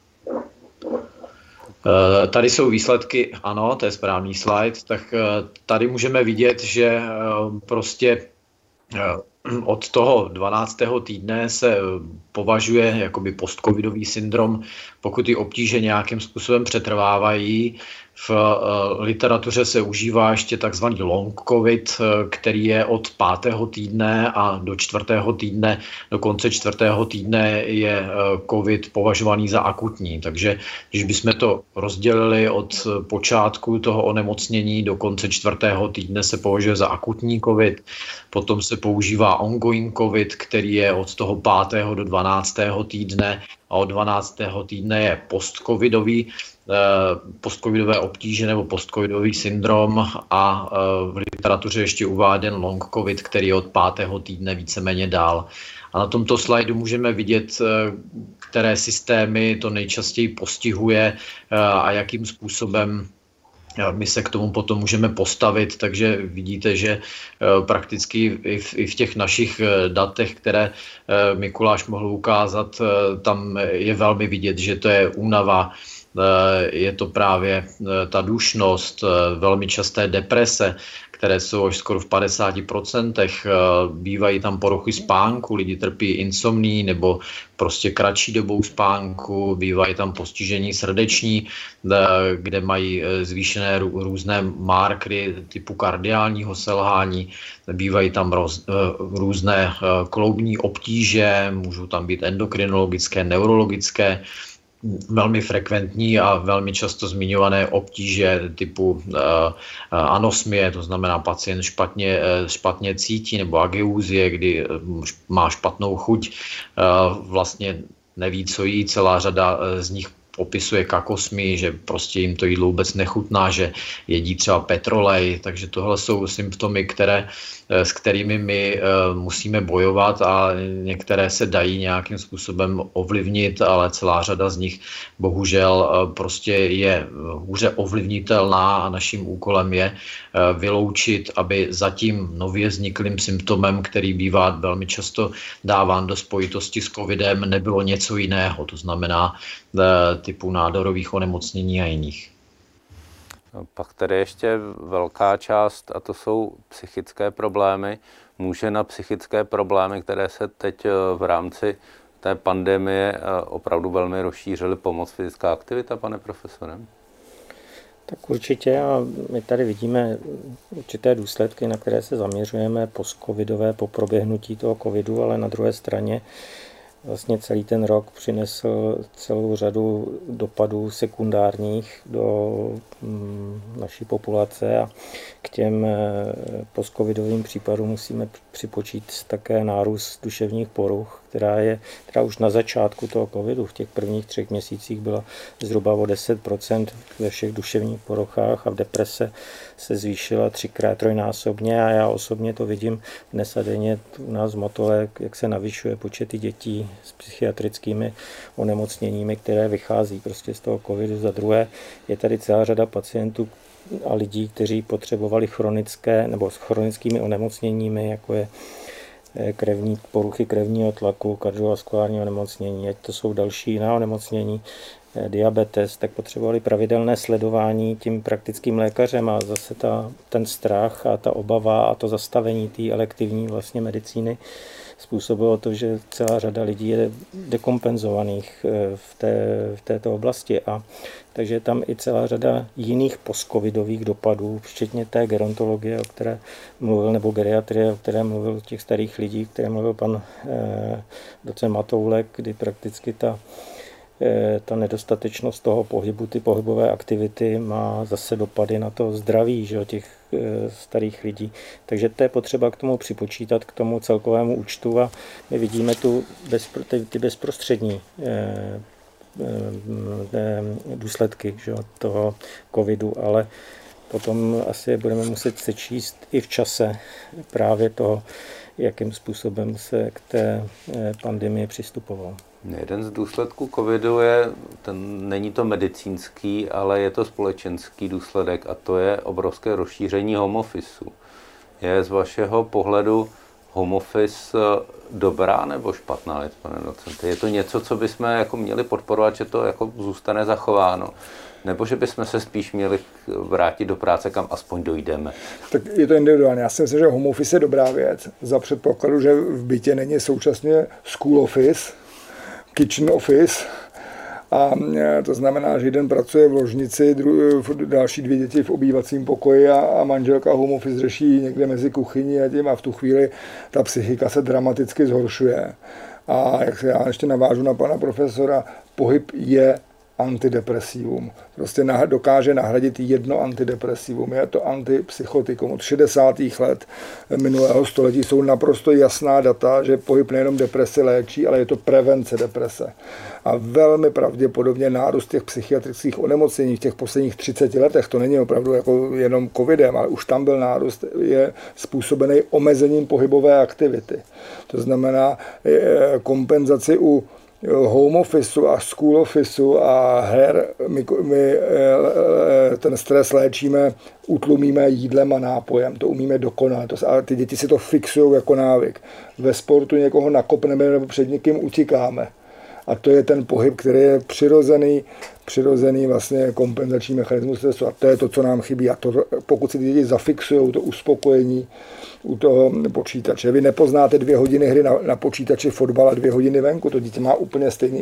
Tady jsou výsledky, ano, to je správný slide, tak tady můžeme vidět, že prostě od toho 12. týdne se považuje jakoby postcovidový syndrom, pokud ty obtíže nějakým způsobem přetrvávají. V literatuře se užívá ještě takzvaný long covid, který je od 5. týdne a do 4. týdne, do konce 4. týdne je covid považovaný za akutní. Takže když bychom to rozdělili od počátku toho onemocnění do konce 4. týdne se považuje za akutní covid, potom se používá ongoing covid, který je od toho 5. do 12. týdne a od 12. týdne je postcovidové obtíže nebo postcovidový syndrom a v literatuře ještě uváděn long covid, který je od 5. týdne víceméně dál. A na tomto slajdu můžeme vidět, které systémy to nejčastěji postihuje a jakým způsobem my se k tomu potom můžeme postavit, takže vidíte, že prakticky i v těch našich datech, které Mikuláš mohl ukázat, tam je velmi vidět, že to je únava, je to právě ta dušnost, velmi časté deprese, které jsou až skoro v 50%. Bývají tam poruchy spánku, lidi trpí insomnií nebo prostě kratší dobou spánku, bývají tam postižení srdeční, kde mají zvýšené různé markery typu kardiálního selhání, bývají tam různé kloubní obtíže, můžou tam být endokrinologické, neurologické, velmi frekventní a velmi často zmiňované obtíže typu anosmie, to znamená pacient špatně cítí, nebo ageuzie, kdy má špatnou chuť, vlastně neví, co jí, celá řada z nich opisuje kakosmii, že prostě jim to jídlo vůbec nechutná, že jedí třeba petrolej, takže tohle jsou symptomy, s kterými my musíme bojovat a některé se dají nějakým způsobem ovlivnit, ale celá řada z nich bohužel prostě je hůře ovlivnitelná a naším úkolem je vyloučit, aby za tím nově vzniklým symptomem, který bývá velmi často dáván do spojitosti s covidem, nebylo něco jiného, to znamená typu nádorových onemocnění a jiných. Pak tady ještě velká část, a to jsou psychické problémy. Může na psychické problémy, které se teď v rámci té pandemie opravdu velmi rozšířily, pomoct fyzická aktivita, pane profesore? Tak určitě a my tady vidíme určité důsledky, na které se zaměřujeme postcovidové po proběhnutí toho covidu, ale na druhé straně vlastně celý ten rok přinesl celou řadu dopadů sekundárních do naší populace a k těm postcovidovým případům musíme připočít také nárůst duševních poruch, která už na začátku toho covidu v těch prvních 3 měsících byla zhruba o 10% ve všech duševních poruchách a v deprese se zvýšila 3x, 3násobně a já osobně to vidím dnes a denně u nás v Motole, jak se navyšuje počet dětí s psychiatrickými onemocněními, které vychází prostě z toho covidu. Za druhé je tady celá řada pacientů a lidí, kteří potřebovali chronické nebo s chronickými onemocněními, jako je poruchy krevního tlaku, kardiovaskulární onemocnění, ať to jsou další jiná onemocnění, diabetes, tak potřebovali pravidelné sledování tím praktickým lékařem a zase ten strach a ta obava a to zastavení té elektivní vlastně medicíny způsobilo to, že celá řada lidí je dekompenzovaných v této oblasti a takže je tam i celá řada jiných postcovidových dopadů, včetně té gerontologie, o které mluvil, nebo geriatrie, o které mluvil těch starých lidí, které mluvil pan docent Matoulek, kdy prakticky ta nedostatečnost toho pohybu, ty pohybové aktivity má zase dopady na to zdraví, že, těch starých lidí. Takže to je potřeba k tomu připočítat, k tomu celkovému účtu a my vidíme ty bezprostřední důsledky, že, toho covidu, ale potom asi budeme muset sečíst i v čase právě toho, jakým způsobem se k té pandemii přistupovalo. Jeden z důsledků covidu není to medicínský, ale je to společenský důsledek a to je obrovské rozšíření home officeu. Je z vašeho pohledu home office dobrá nebo špatná věc, pane docente? Je to něco, co bychom jako měli podporovat, že to jako zůstane zachováno? Nebo že bychom se spíš měli vrátit do práce, kam aspoň dojdeme? Tak je to individuálně. Já si myslím, že home office je dobrá věc. Za předpokladu, že v bytě není současně school office, kitchen office, a to znamená, že jeden pracuje v ložnici, další 2 děti v obývacím pokoji a manželka home office řeší někde mezi kuchyní a tím a v tu chvíli ta psychika se dramaticky zhoršuje. A jak se já ještě navážu na pana profesora, pohyb je antidepresivum. Prostě dokáže nahradit jedno antidepresivum. Je to antipsychotikum. Od 60. let minulého století jsou naprosto jasná data, že pohyb nejenom depresi léčí, ale je to prevence deprese. A velmi pravděpodobně nárůst těch psychiatrických onemocnění v těch posledních 30 letech, to není opravdu jako jenom covidem, ale už tam byl nárůst, je způsobený omezením pohybové aktivity. To znamená kompenzaci u home officeu a school officeu a her, my ten stres léčíme, utlumíme jídlem a nápojem, to umíme dokonale. A ty děti si to fixují jako návyk. Ve sportu někoho nakopneme nebo před někým utíkáme. A to je ten pohyb, který je přirozený vlastně kompenzační mechanismus stresu. A to je to, co nám chybí. A to, pokud si ty děti zafixují to uspokojení u toho počítače. Vy nepoznáte 2 hodiny hry na počítači fotbal a 2 hodiny venku. To dítě má úplně stejný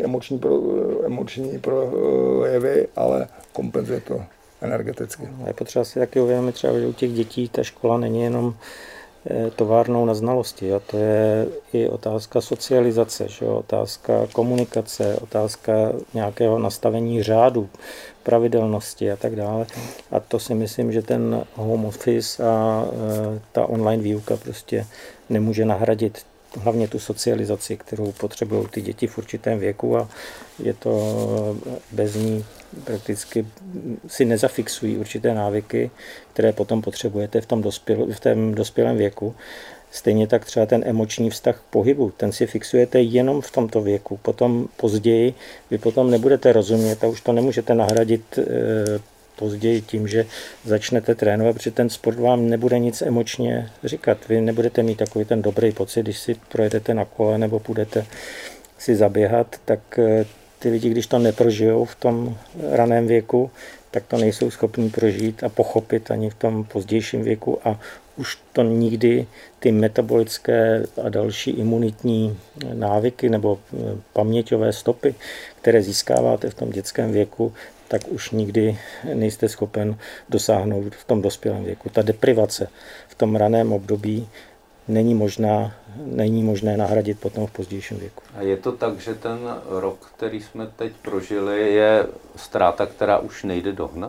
emoční projevy, ale kompenzuje to energeticky. Je potřeba si taky uvědomit třeba, že u těch dětí ta škola není jenom továrnou na znalosti. A to je i otázka socializace, že? Otázka komunikace, otázka nějakého nastavení řádu, pravidelnosti a tak dále. A to si myslím, že ten home office a ta online výuka prostě nemůže nahradit hlavně tu socializaci, kterou potřebují ty děti v určitém věku a je to bez ní prakticky si nezafixují určité návyky, které potom potřebujete v tom dospělém věku. Stejně tak třeba ten emoční vztah k pohybu, ten si fixujete jenom v tomto věku. Potom později vy potom nebudete rozumět a už to nemůžete nahradit později tím, že začnete trénovat, protože ten sport vám nebude nic emočně říkat. Vy nebudete mít takový ten dobrý pocit, když si projedete na kole nebo půjdete si zaběhat, tak ty lidi, když to neprožijou v tom raném věku, tak to nejsou schopní prožít a pochopit ani v tom pozdějším věku a už to nikdy ty metabolické a další imunitní návyky nebo paměťové stopy, které získáváte v tom dětském věku, tak už nikdy nejste schopen dosáhnout v tom dospělém věku. Ta deprivace v tom raném období není možné nahradit potom v pozdějším věku. A je to tak, že ten rok, který jsme teď prožili, je ztráta, která už nejde dohnat?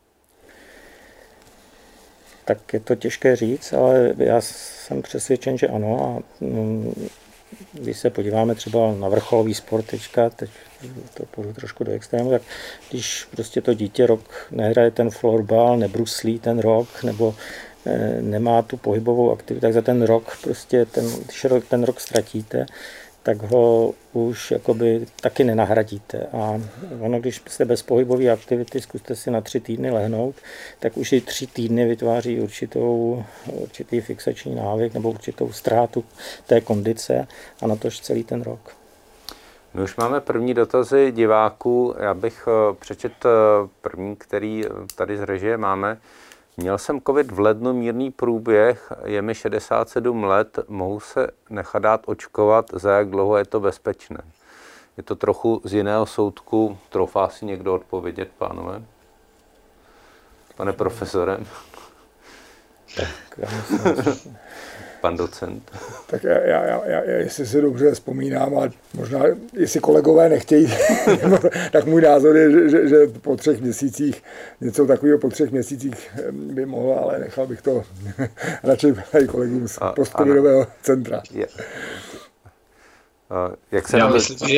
Tak je to těžké říct, ale já jsem přesvědčen, že ano. A když se podíváme třeba na vrcholový sport teďka, teď to půjdu trošku do extrému, tak když prostě to dítě rok nehraje ten florbal, nebruslí ten rok, nebo nemá tu pohybovou aktivitu, tak za ten rok prostě když ten rok ztratíte, tak ho už jakoby taky nenahradíte. A ono, když jste bez pohybové aktivity, zkuste si na 3 týdny lehnout, tak už i 3 týdny vytváří určitý fixační návyk nebo určitou ztrátu té kondice a na tož celý ten rok. My už máme první dotazy diváků. Já bych přečetl první, který tady z režie máme. Měl jsem covid v lednu, mírný průběh, je mi 67 let, mohu se nechat dát očkovat, za jak dlouho je to bezpečné? Je to trochu z jiného soudku, troufá si někdo odpovědět, pánové? Pane profesore? Pan docent. Tak já jestli si dobře vzpomínám, ale možná, jestli kolegové nechtějí, tak můj názor je, že po 3 měsících, něco takového po 3 měsících by mohlo, ale nechal bych to radši kolegům z postcovidového centra. Jak se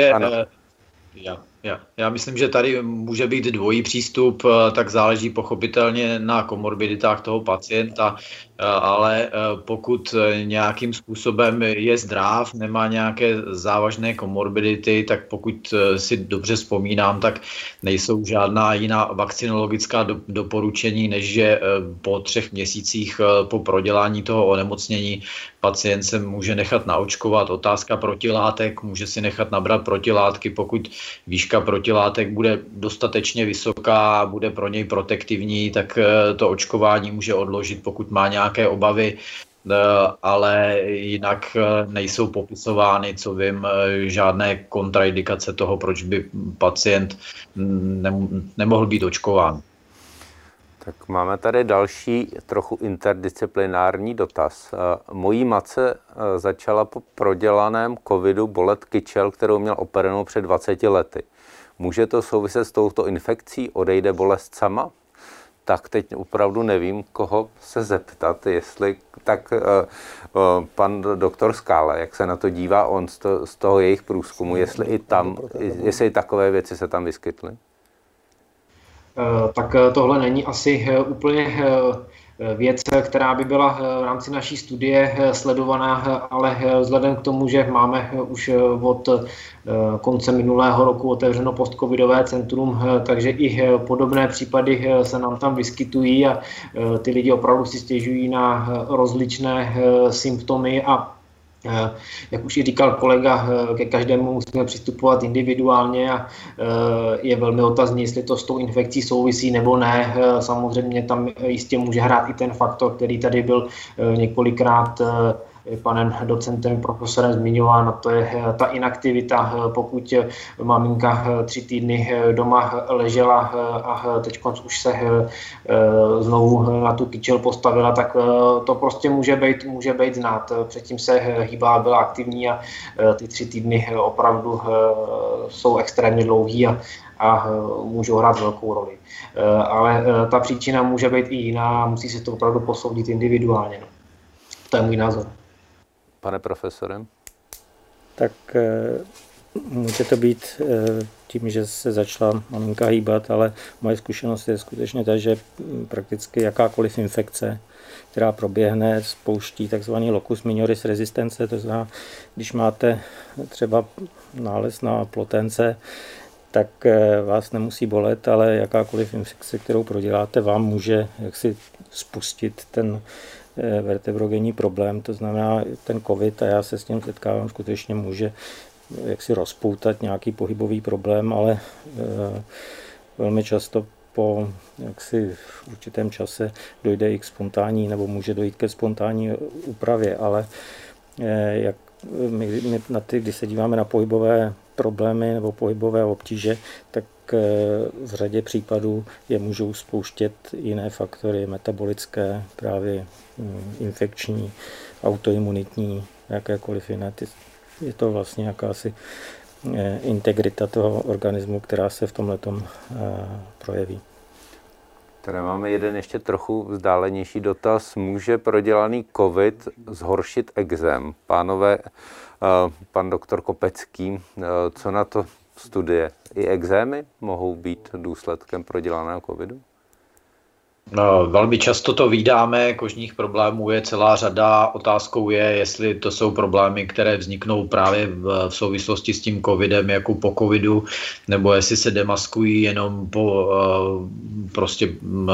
Já myslím, že tady může být dvojí přístup, tak záleží pochopitelně na komorbiditách toho pacienta, ale pokud nějakým způsobem je zdrav, nemá nějaké závažné komorbidity, tak pokud si dobře vzpomínám, tak nejsou žádná jiná vakcinologická doporučení, než že po 3 měsících po prodělání toho onemocnění pacient se může nechat naočkovat. Otázka protilátek, může si nechat nabrat protilátky, pokud výška protilátek bude dostatečně vysoká, bude pro něj protektivní, tak to očkování může odložit, pokud má nějaké obavy, ale jinak nejsou popisovány, co vím, žádné kontraindikace toho, proč by pacient nemohl být očkován. Tak máme tady další trochu interdisciplinární dotaz. Mojí matce začala po prodělaném covidu bolet kyčel, kterou měl operovanou před 20 lety. Může to souviset s touto infekcí? Odejde bolest sama? Tak teď opravdu nevím, koho se zeptat, jestli tak pan doktor Skála, jak se na to dívá on z toho jejich průzkumu, jestli i takové věci se tam vyskytly? Tak tohle není asi úplně věc, která by byla v rámci naší studie sledovaná, ale vzhledem k tomu, že máme už od konce minulého roku otevřeno postcovidové centrum, takže i podobné případy se nám tam vyskytují a ty lidi opravdu si stěžují na rozličné symptomy a jak už i říkal kolega, ke každému musíme přistupovat individuálně a je velmi otazný, jestli to s tou infekcí souvisí nebo ne. Samozřejmě tam jistě může hrát i ten faktor, který tady byl několikrát panem docentem, profesorem zmiňován, a to je ta inaktivita. Pokud maminka 3 týdny doma ležela a teď už se znovu na tu kyčel postavila, tak to prostě může být znát. Předtím se hýbala, byla aktivní a ty 3 týdny opravdu jsou extrémně dlouhý a můžou hrát velkou roli. Ale ta příčina může být i jiná, musí se to opravdu posoudit individuálně. No. To je můj názor. Pane profesore? Tak může to být tím, že se začala maminka hýbat, ale moje zkušenost je skutečně ta, že prakticky jakákoliv infekce, která proběhne, spouští takzvaný locus minoris rezistence, to znamená, když máte třeba nález na plotence, tak vás nemusí bolet, ale jakákoliv infekce, kterou proděláte, vám může jaksi spustit ten vertebrogenní problém, to znamená ten covid, a já se s tím setkávám, skutečně může jaksi rozpoutat nějaký pohybový problém, ale velmi často po jaksi v určitém čase dojde i k spontánní, nebo může dojít ke spontánní úpravě, ale jak my když se díváme na pohybové problémy nebo pohybové obtíže, tak v řadě případů je můžou spouštět jiné faktory, metabolické, právě infekční, autoimunitní, jakékoliv jiné. Je to vlastně jakási integrita toho organismu, která se v tomhletom projeví. Tady máme jeden ještě trochu vzdálenější dotaz. Může prodělaný covid zhoršit ekzém? Pánové, pan doktor Kopecký, co na to studie? I ekzémy mohou být důsledkem prodělaného covidu? No, velmi často to vídáme, kožních problémů je celá řada. Otázkou je, jestli to jsou problémy, které vzniknou právě v souvislosti s tím covidem jako po covidu, nebo jestli se demaskují jenom po prostě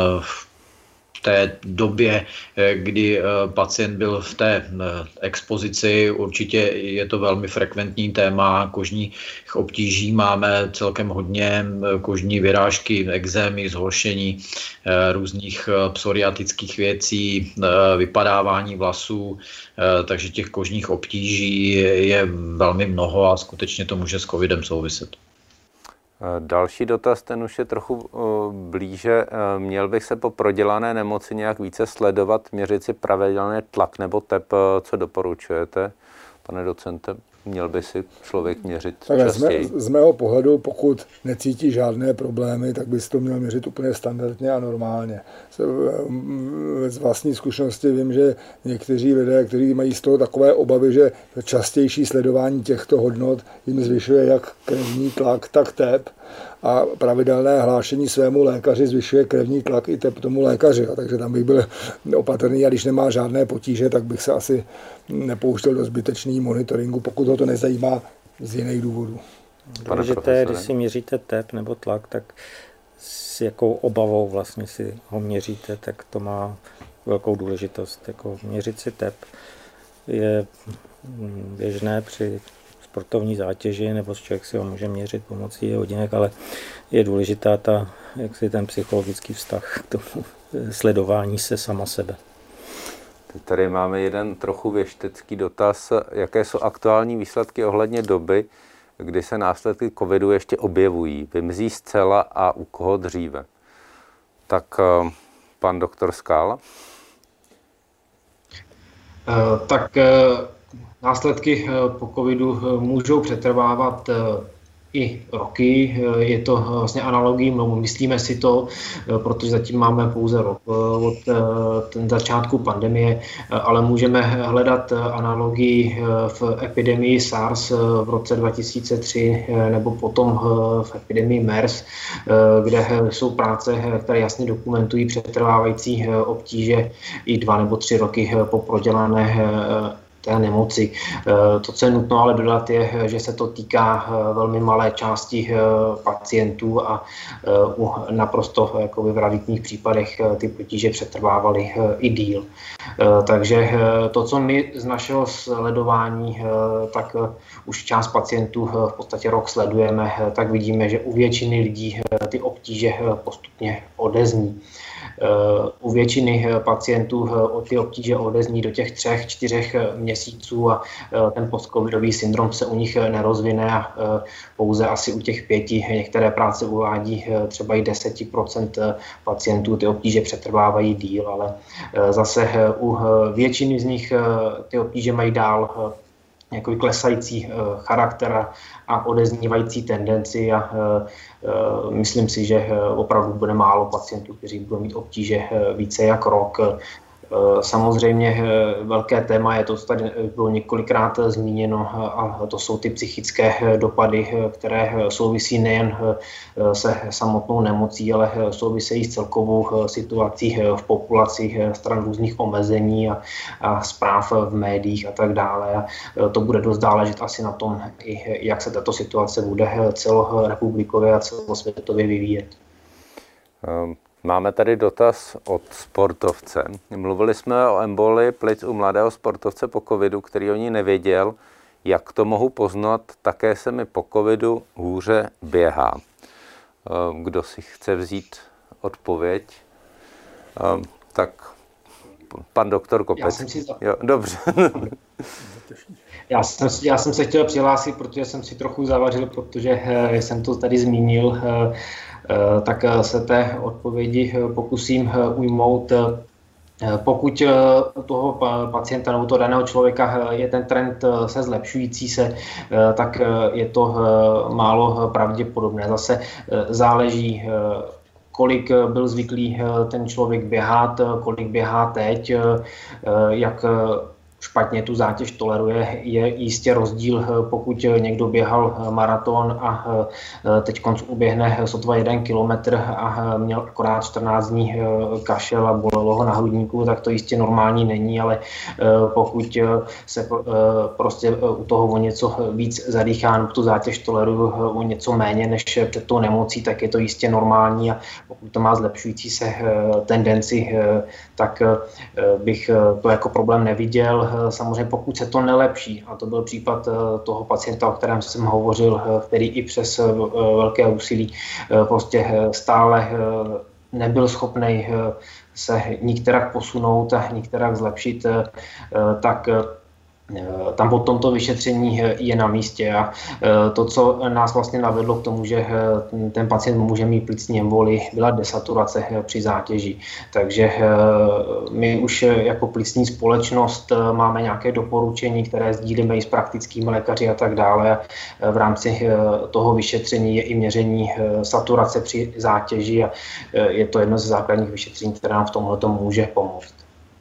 v té době, kdy pacient byl v té expozici. Určitě je to velmi frekventní téma kožních obtíží. Máme celkem hodně kožní vyrážky, ekzémy, zhoršení různých psoriatických věcí, vypadávání vlasů, takže těch kožních obtíží je velmi mnoho a skutečně to může s covidem souviset. Další dotaz, ten už je trochu blíže. Měl bych se po prodělané nemoci nějak více sledovat, měřit si pravidelně tlak nebo tep, co doporučujete, pane docente? Měl by si člověk měřit častěji? Z mého pohledu, pokud necítí žádné problémy, tak by si to měl měřit úplně standardně a normálně. Z vlastní zkušenosti vím, že někteří lidé, kteří mají z toho takové obavy, že častější sledování těchto hodnot jim zvyšuje jak krevní tlak, tak tep, a pravidelné hlášení svému lékaři zvyšuje krevní tlak i tep tomu lékaři. Takže tam bych byl opatrný, a když nemá žádné potíže, tak bych se asi nepouštěl do zbytečného monitoringu, pokud ho to nezajímá z jiných důvodů. Důležité, když si měříte tep nebo tlak, tak s jakou obavou vlastně si ho měříte, tak to má velkou důležitost. Jako měřit si tep je běžné při sportovní zátěži, nebo člověk si ho může měřit pomocí hodinek, ale je důležitá ten psychologický vztah k tomu sledování se sama sebe. Tady máme jeden trochu věštecký dotaz. Jaké jsou aktuální výsledky ohledně doby, kdy se následky covidu ještě objevují? Vymizí zcela a u koho dříve? Tak pan doktor Skála? Následky po covidu můžou přetrvávat i roky. Je to vlastně analogií, myslíme si to, protože zatím máme pouze rok od začátku pandemie, ale můžeme hledat analogii v epidemii SARS v roce 2003 nebo potom v epidemii MERS, kde jsou práce, které jasně dokumentují přetrvávající obtíže i 2 nebo 3 roky po prodělané té nemoci. To, co je nutno ale dodat, je, že se to týká velmi malé části pacientů a u naprosto v raritních případech ty potíže přetrvávaly i díl. Takže to, co my z našeho sledování, tak už část pacientů v podstatě rok sledujeme, tak vidíme, že u většiny lidí ty obtíže postupně odezní. U většiny pacientů ty obtíže odezní do těch 3-4 měsíců a ten postcovidový syndrom se u nich nerozvine a pouze asi u těch 5, některé práce uvádí třeba i 10% pacientů ty obtíže přetrvávají díl, ale zase u většiny z nich ty obtíže mají dál jako klesající charakter a odeznívající tendenci a myslím si, že opravdu bude málo pacientů, kteří budou mít obtíže více jak rok. Samozřejmě velké téma je to, co tady bylo několikrát zmíněno, a to jsou ty psychické dopady, které souvisí nejen se samotnou nemocí, ale souvisejí s celkovou situací v populaci stran různých omezení a zpráv v médiích a tak dále. A to bude dost záležet asi na tom, jak se tato situace bude celorepublikově a celosvětově vyvíjet. Máme tady dotaz od sportovce. Mluvili jsme o embolii plic u mladého sportovce po covidu, který o ní nevěděl. Jak to mohu poznat? Také se mi po covidu hůře běhá. Kdo si chce vzít odpověď? Tak pan doktor Kopecký. Jo, dobře. Já jsem se chtěl přihlásit, protože jsem si trochu zavařil, protože jsem to tady zmínil. Tak se té odpovědi pokusím ujmout. Pokud u toho pacienta nebo toho daného člověka je ten trend se zlepšující se, tak je to málo pravděpodobné. Zase záleží, kolik byl zvyklý ten člověk běhat, kolik běhá teď, jak špatně tu zátěž toleruje. Je jistě rozdíl, pokud někdo běhal maraton a teď uběhne sotva 1 kilometr a měl akorát 14 dní kašel a bolelo ho na hrudníku, tak to jistě normální není, ale pokud se prostě u toho o něco víc zadýchá, nebo tu zátěž toleruju o něco méně než před tou nemocí, tak je to jistě normální, a pokud to má zlepšující se tendenci, tak bych to jako problém neviděl. Samozřejmě pokud se to nelepší, a to byl případ toho pacienta, o kterém jsem hovořil, který i přes velké úsilí prostě stále nebyl schopný se nikterak posunout a nikterak zlepšit, tak tam po tomto vyšetření je na místě. A to, co nás vlastně navedlo k tomu, že ten pacient může mít plicní embolii, byla desaturace při zátěži. Takže my už jako plicní společnost máme nějaké doporučení, které sdílíme i s praktickými lékaři a tak dále. V rámci toho vyšetření je i měření saturace při zátěži a je to jedno ze základních vyšetření, které nám v tomhle může pomoct.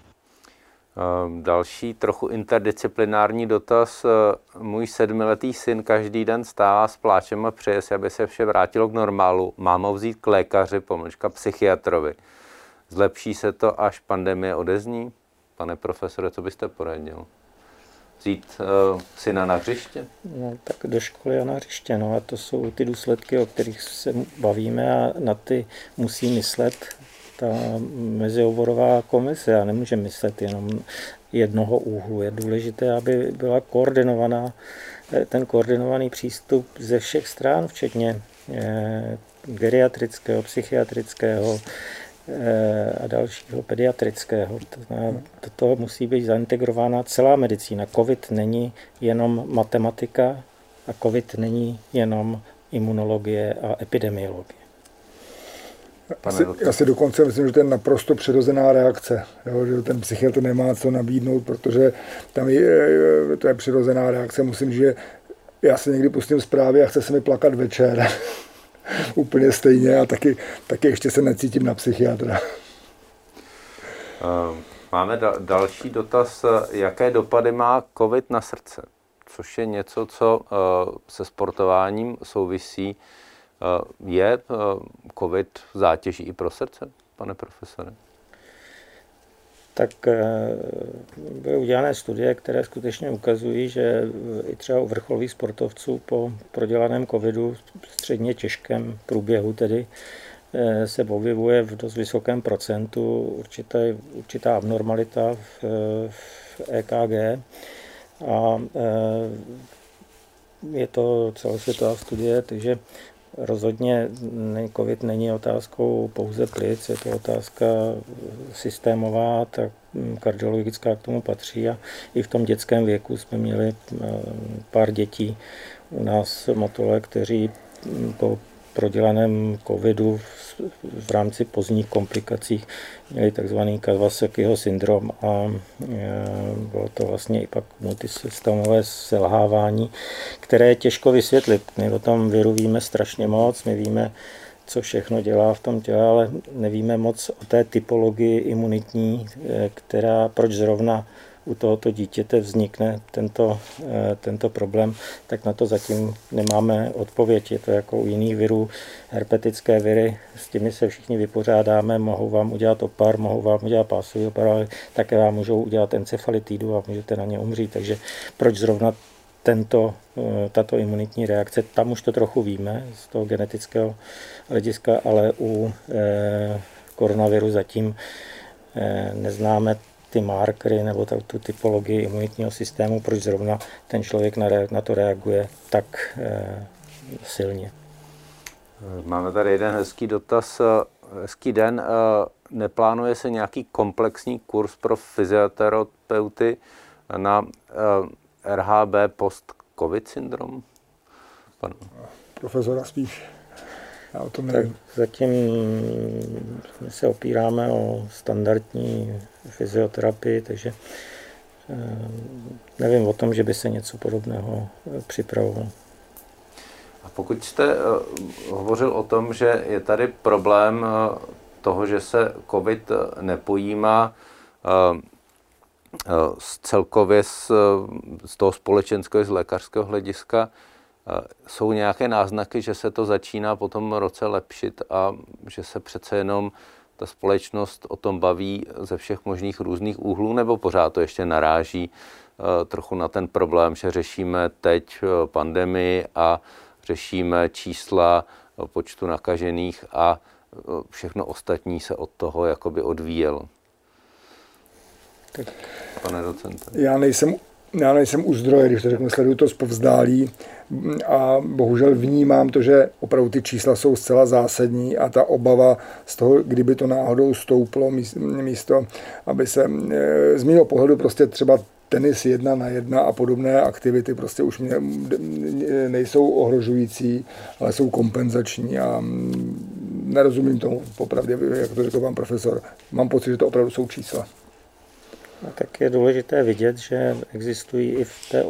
Další trochu interdisciplinární dotaz. Můj 7letý syn každý den stává s pláčem a přeje si, aby se vše vrátilo k normálu. Mám ho vzít k lékaři, psychiatrovi. Zlepší se to, až pandemie odezní? Pane profesore, co byste poradil? Vzít syna na hřiště? No, tak do školy a na hřiště. No, a to jsou ty důsledky, o kterých se bavíme, a na ty musí myslet ta mezioborová komise. Já nemůže myslet jenom jednoho úhlu. Je důležité, aby byla ten koordinovaný přístup ze všech stran, včetně geriatrického, psychiatrického a dalšího pediatrického. Do toho musí být zaintegrována celá medicína. COVID není jenom matematika a COVID není jenom imunologie a epidemiologie. Já si dokonce myslím, že to je naprosto přirozená reakce, jo, že ten psychiatr nemá co nabídnout, protože tam to je přirozená reakce. Musím, že já se někdy pustím zprávy a chce se mi plakat večer. Úplně stejně, a taky ještě se necítím na psychiatra. Máme další dotaz. Jaké dopady má COVID na srdce? Což je něco, co se sportováním souvisí. Je COVID zátěží i pro srdce, pane profesore? Tak byly udělané studie, které skutečně ukazují, že i třeba u vrcholových sportovců po prodělaném covidu, středně těžkém průběhu tedy, se objevuje v dost vysokém procentu určitá abnormalita v EKG. A je to celosvětová studie, takže rozhodně COVID není otázkou pouze plic, je to otázka systémová, tak kardiologická k tomu patří, a i v tom dětském věku jsme měli pár dětí u nás Motole, kteří po prodělaném covidu v rámci pozdních komplikací měli takzvaný Kawasakiho syndrom a bylo to vlastně i pak multisystémové selhávání, které je těžko vysvětlit. My o tom viru víme strašně moc, my víme, co všechno dělá v tom těle, ale nevíme moc o té typologii imunitní, proč zrovna u tohoto dítěte vznikne tento problém, tak na to zatím nemáme odpověď. Je to jako u jiných virů, herpetické viry, s těmi se všichni vypořádáme, mohou vám udělat opar, mohou vám udělat pásový opar, ale také vám můžou udělat encefalitidu a můžete na ně umřít. Takže proč zrovna tato imunitní reakce, tam už to trochu víme z toho genetického hlediska, ale u koronaviru zatím neznáme ty markery nebo tu typologii imunitního systému, proč zrovna ten člověk na to reaguje tak silně. Máme tady jeden hezký dotaz. Hezký den. Neplánuje se nějaký komplexní kurz pro fyzioterapeuty na RHB post-COVID syndrom? Profesora spíš. Já o tom nevím. Zatím se opíráme o standardní fyzioterapii, takže nevím o tom, že by se něco podobného připravovalo. A pokud jste hovořil o tom, že je tady problém toho, že se COVID nepojímá celkově z toho společenského, z lékařského hlediska, jsou nějaké náznaky, že se to začíná po tom roce lepšit a že se přece jenom ta společnost o tom baví ze všech možných různých úhlů, nebo pořád to ještě naráží trochu na ten problém, že řešíme teď pandemii a řešíme čísla počtu nakažených a všechno ostatní se od toho jakoby odvíjelo. Tak, pane docente. Já nejsem u zdroje, když to řeknu, sleduju to zpovzdálí a bohužel vnímám to, že opravdu ty čísla jsou zcela zásadní a ta obava z toho, kdyby to náhodou stouplo místo, aby se z mého pohledu prostě třeba tenis 1-1 a podobné aktivity prostě už nejsou ohrožující, ale jsou kompenzační a nerozumím tomu popravdě, jak to řekl pan profesor. Mám pocit, že to opravdu jsou čísla. A tak je důležité vidět, že existují i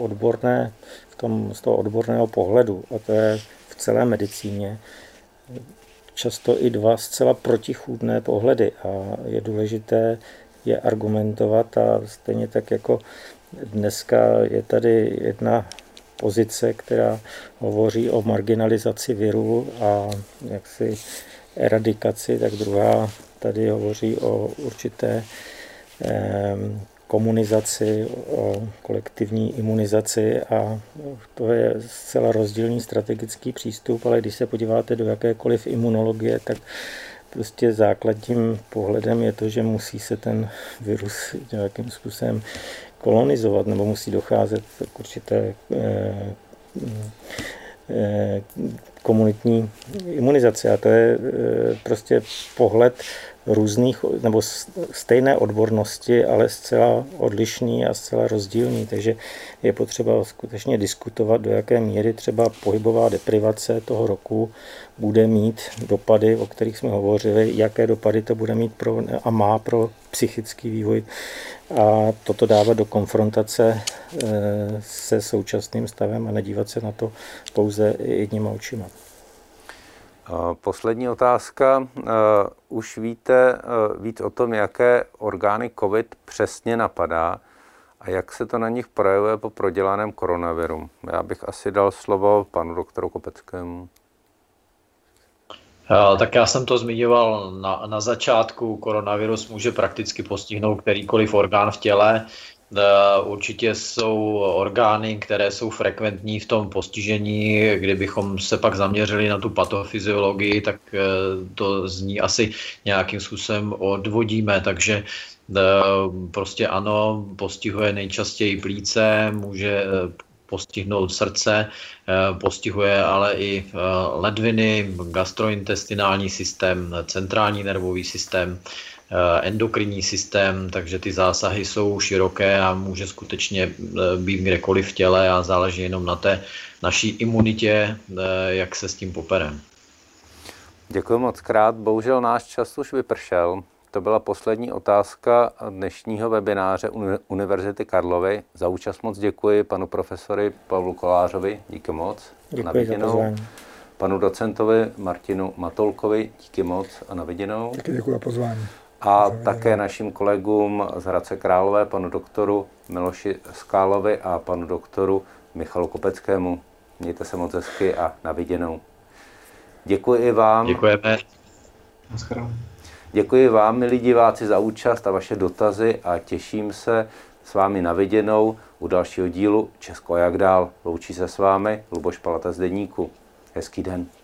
z toho odborného pohledu, a to je v celé medicíně, často i dva zcela protichůdné pohledy a je důležité je argumentovat a stejně tak jako dneska je tady jedna pozice, která hovoří o marginalizaci viru a jaksi eradikaci, tak druhá tady hovoří o určité komunizaci, o kolektivní imunizaci a to je zcela rozdílný strategický přístup, ale když se podíváte do jakékoliv imunologie, tak prostě základním pohledem je to, že musí se ten virus nějakým způsobem kolonizovat nebo musí docházet k určité komunitní imunizaci a to je prostě pohled různých nebo stejné odbornosti, ale zcela odlišný a zcela rozdílný, takže je potřeba skutečně diskutovat, do jaké míry třeba pohybová deprivace toho roku bude mít dopady, o kterých jsme hovořili, jaké dopady to bude mít a má pro psychický vývoj a toto dávat do konfrontace se současným stavem a nedívat se na to pouze jedníma očima. Poslední otázka. Už víte víc o tom, jaké orgány COVID přesně napadá a jak se to na nich projevuje po prodělaném koronaviru? Já bych asi dal slovo panu doktoru Kopeckému. Tak já jsem to zmiňoval na začátku. Koronavirus může prakticky postihnout kterýkoliv orgán v těle. Určitě jsou orgány, které jsou frekventní v tom postižení. Kdybychom se pak zaměřili na tu patofyziologii, tak to z ní asi nějakým způsobem odvodíme. Takže prostě ano, postihuje nejčastěji plíce, může postihnout srdce, postihuje ale i ledviny, gastrointestinální systém, centrální nervový systém, endokrinní systém, takže ty zásahy jsou široké a může skutečně být kdekoliv v těle a záleží jenom na té naší imunitě, jak se s tím popereme. Děkuji moc krát. Bohužel náš čas už vypršel. To byla poslední otázka dnešního webináře Univerzity Karlovy. Za účast moc děkuji panu profesori Pavlu Kolářovi. Díky moc. Děkuji za pozvání. Panu docentovi Martinu Matolkovi. Díky moc a na viděnou. Děkuji za pozvání. A také našim kolegům z Hradce Králové, panu doktoru Miloši Skálovi a panu doktoru Michalu Kopeckému. Mějte se moc hezky a na viděnou. Děkuji i vám. Děkujeme. Děkuji vám, milí diváci, za účast a vaše dotazy a těším se s vámi na viděnou u dalšího dílu Česko a jak dál. Loučí se s vámi Luboš Palata z Deníku. Hezký den.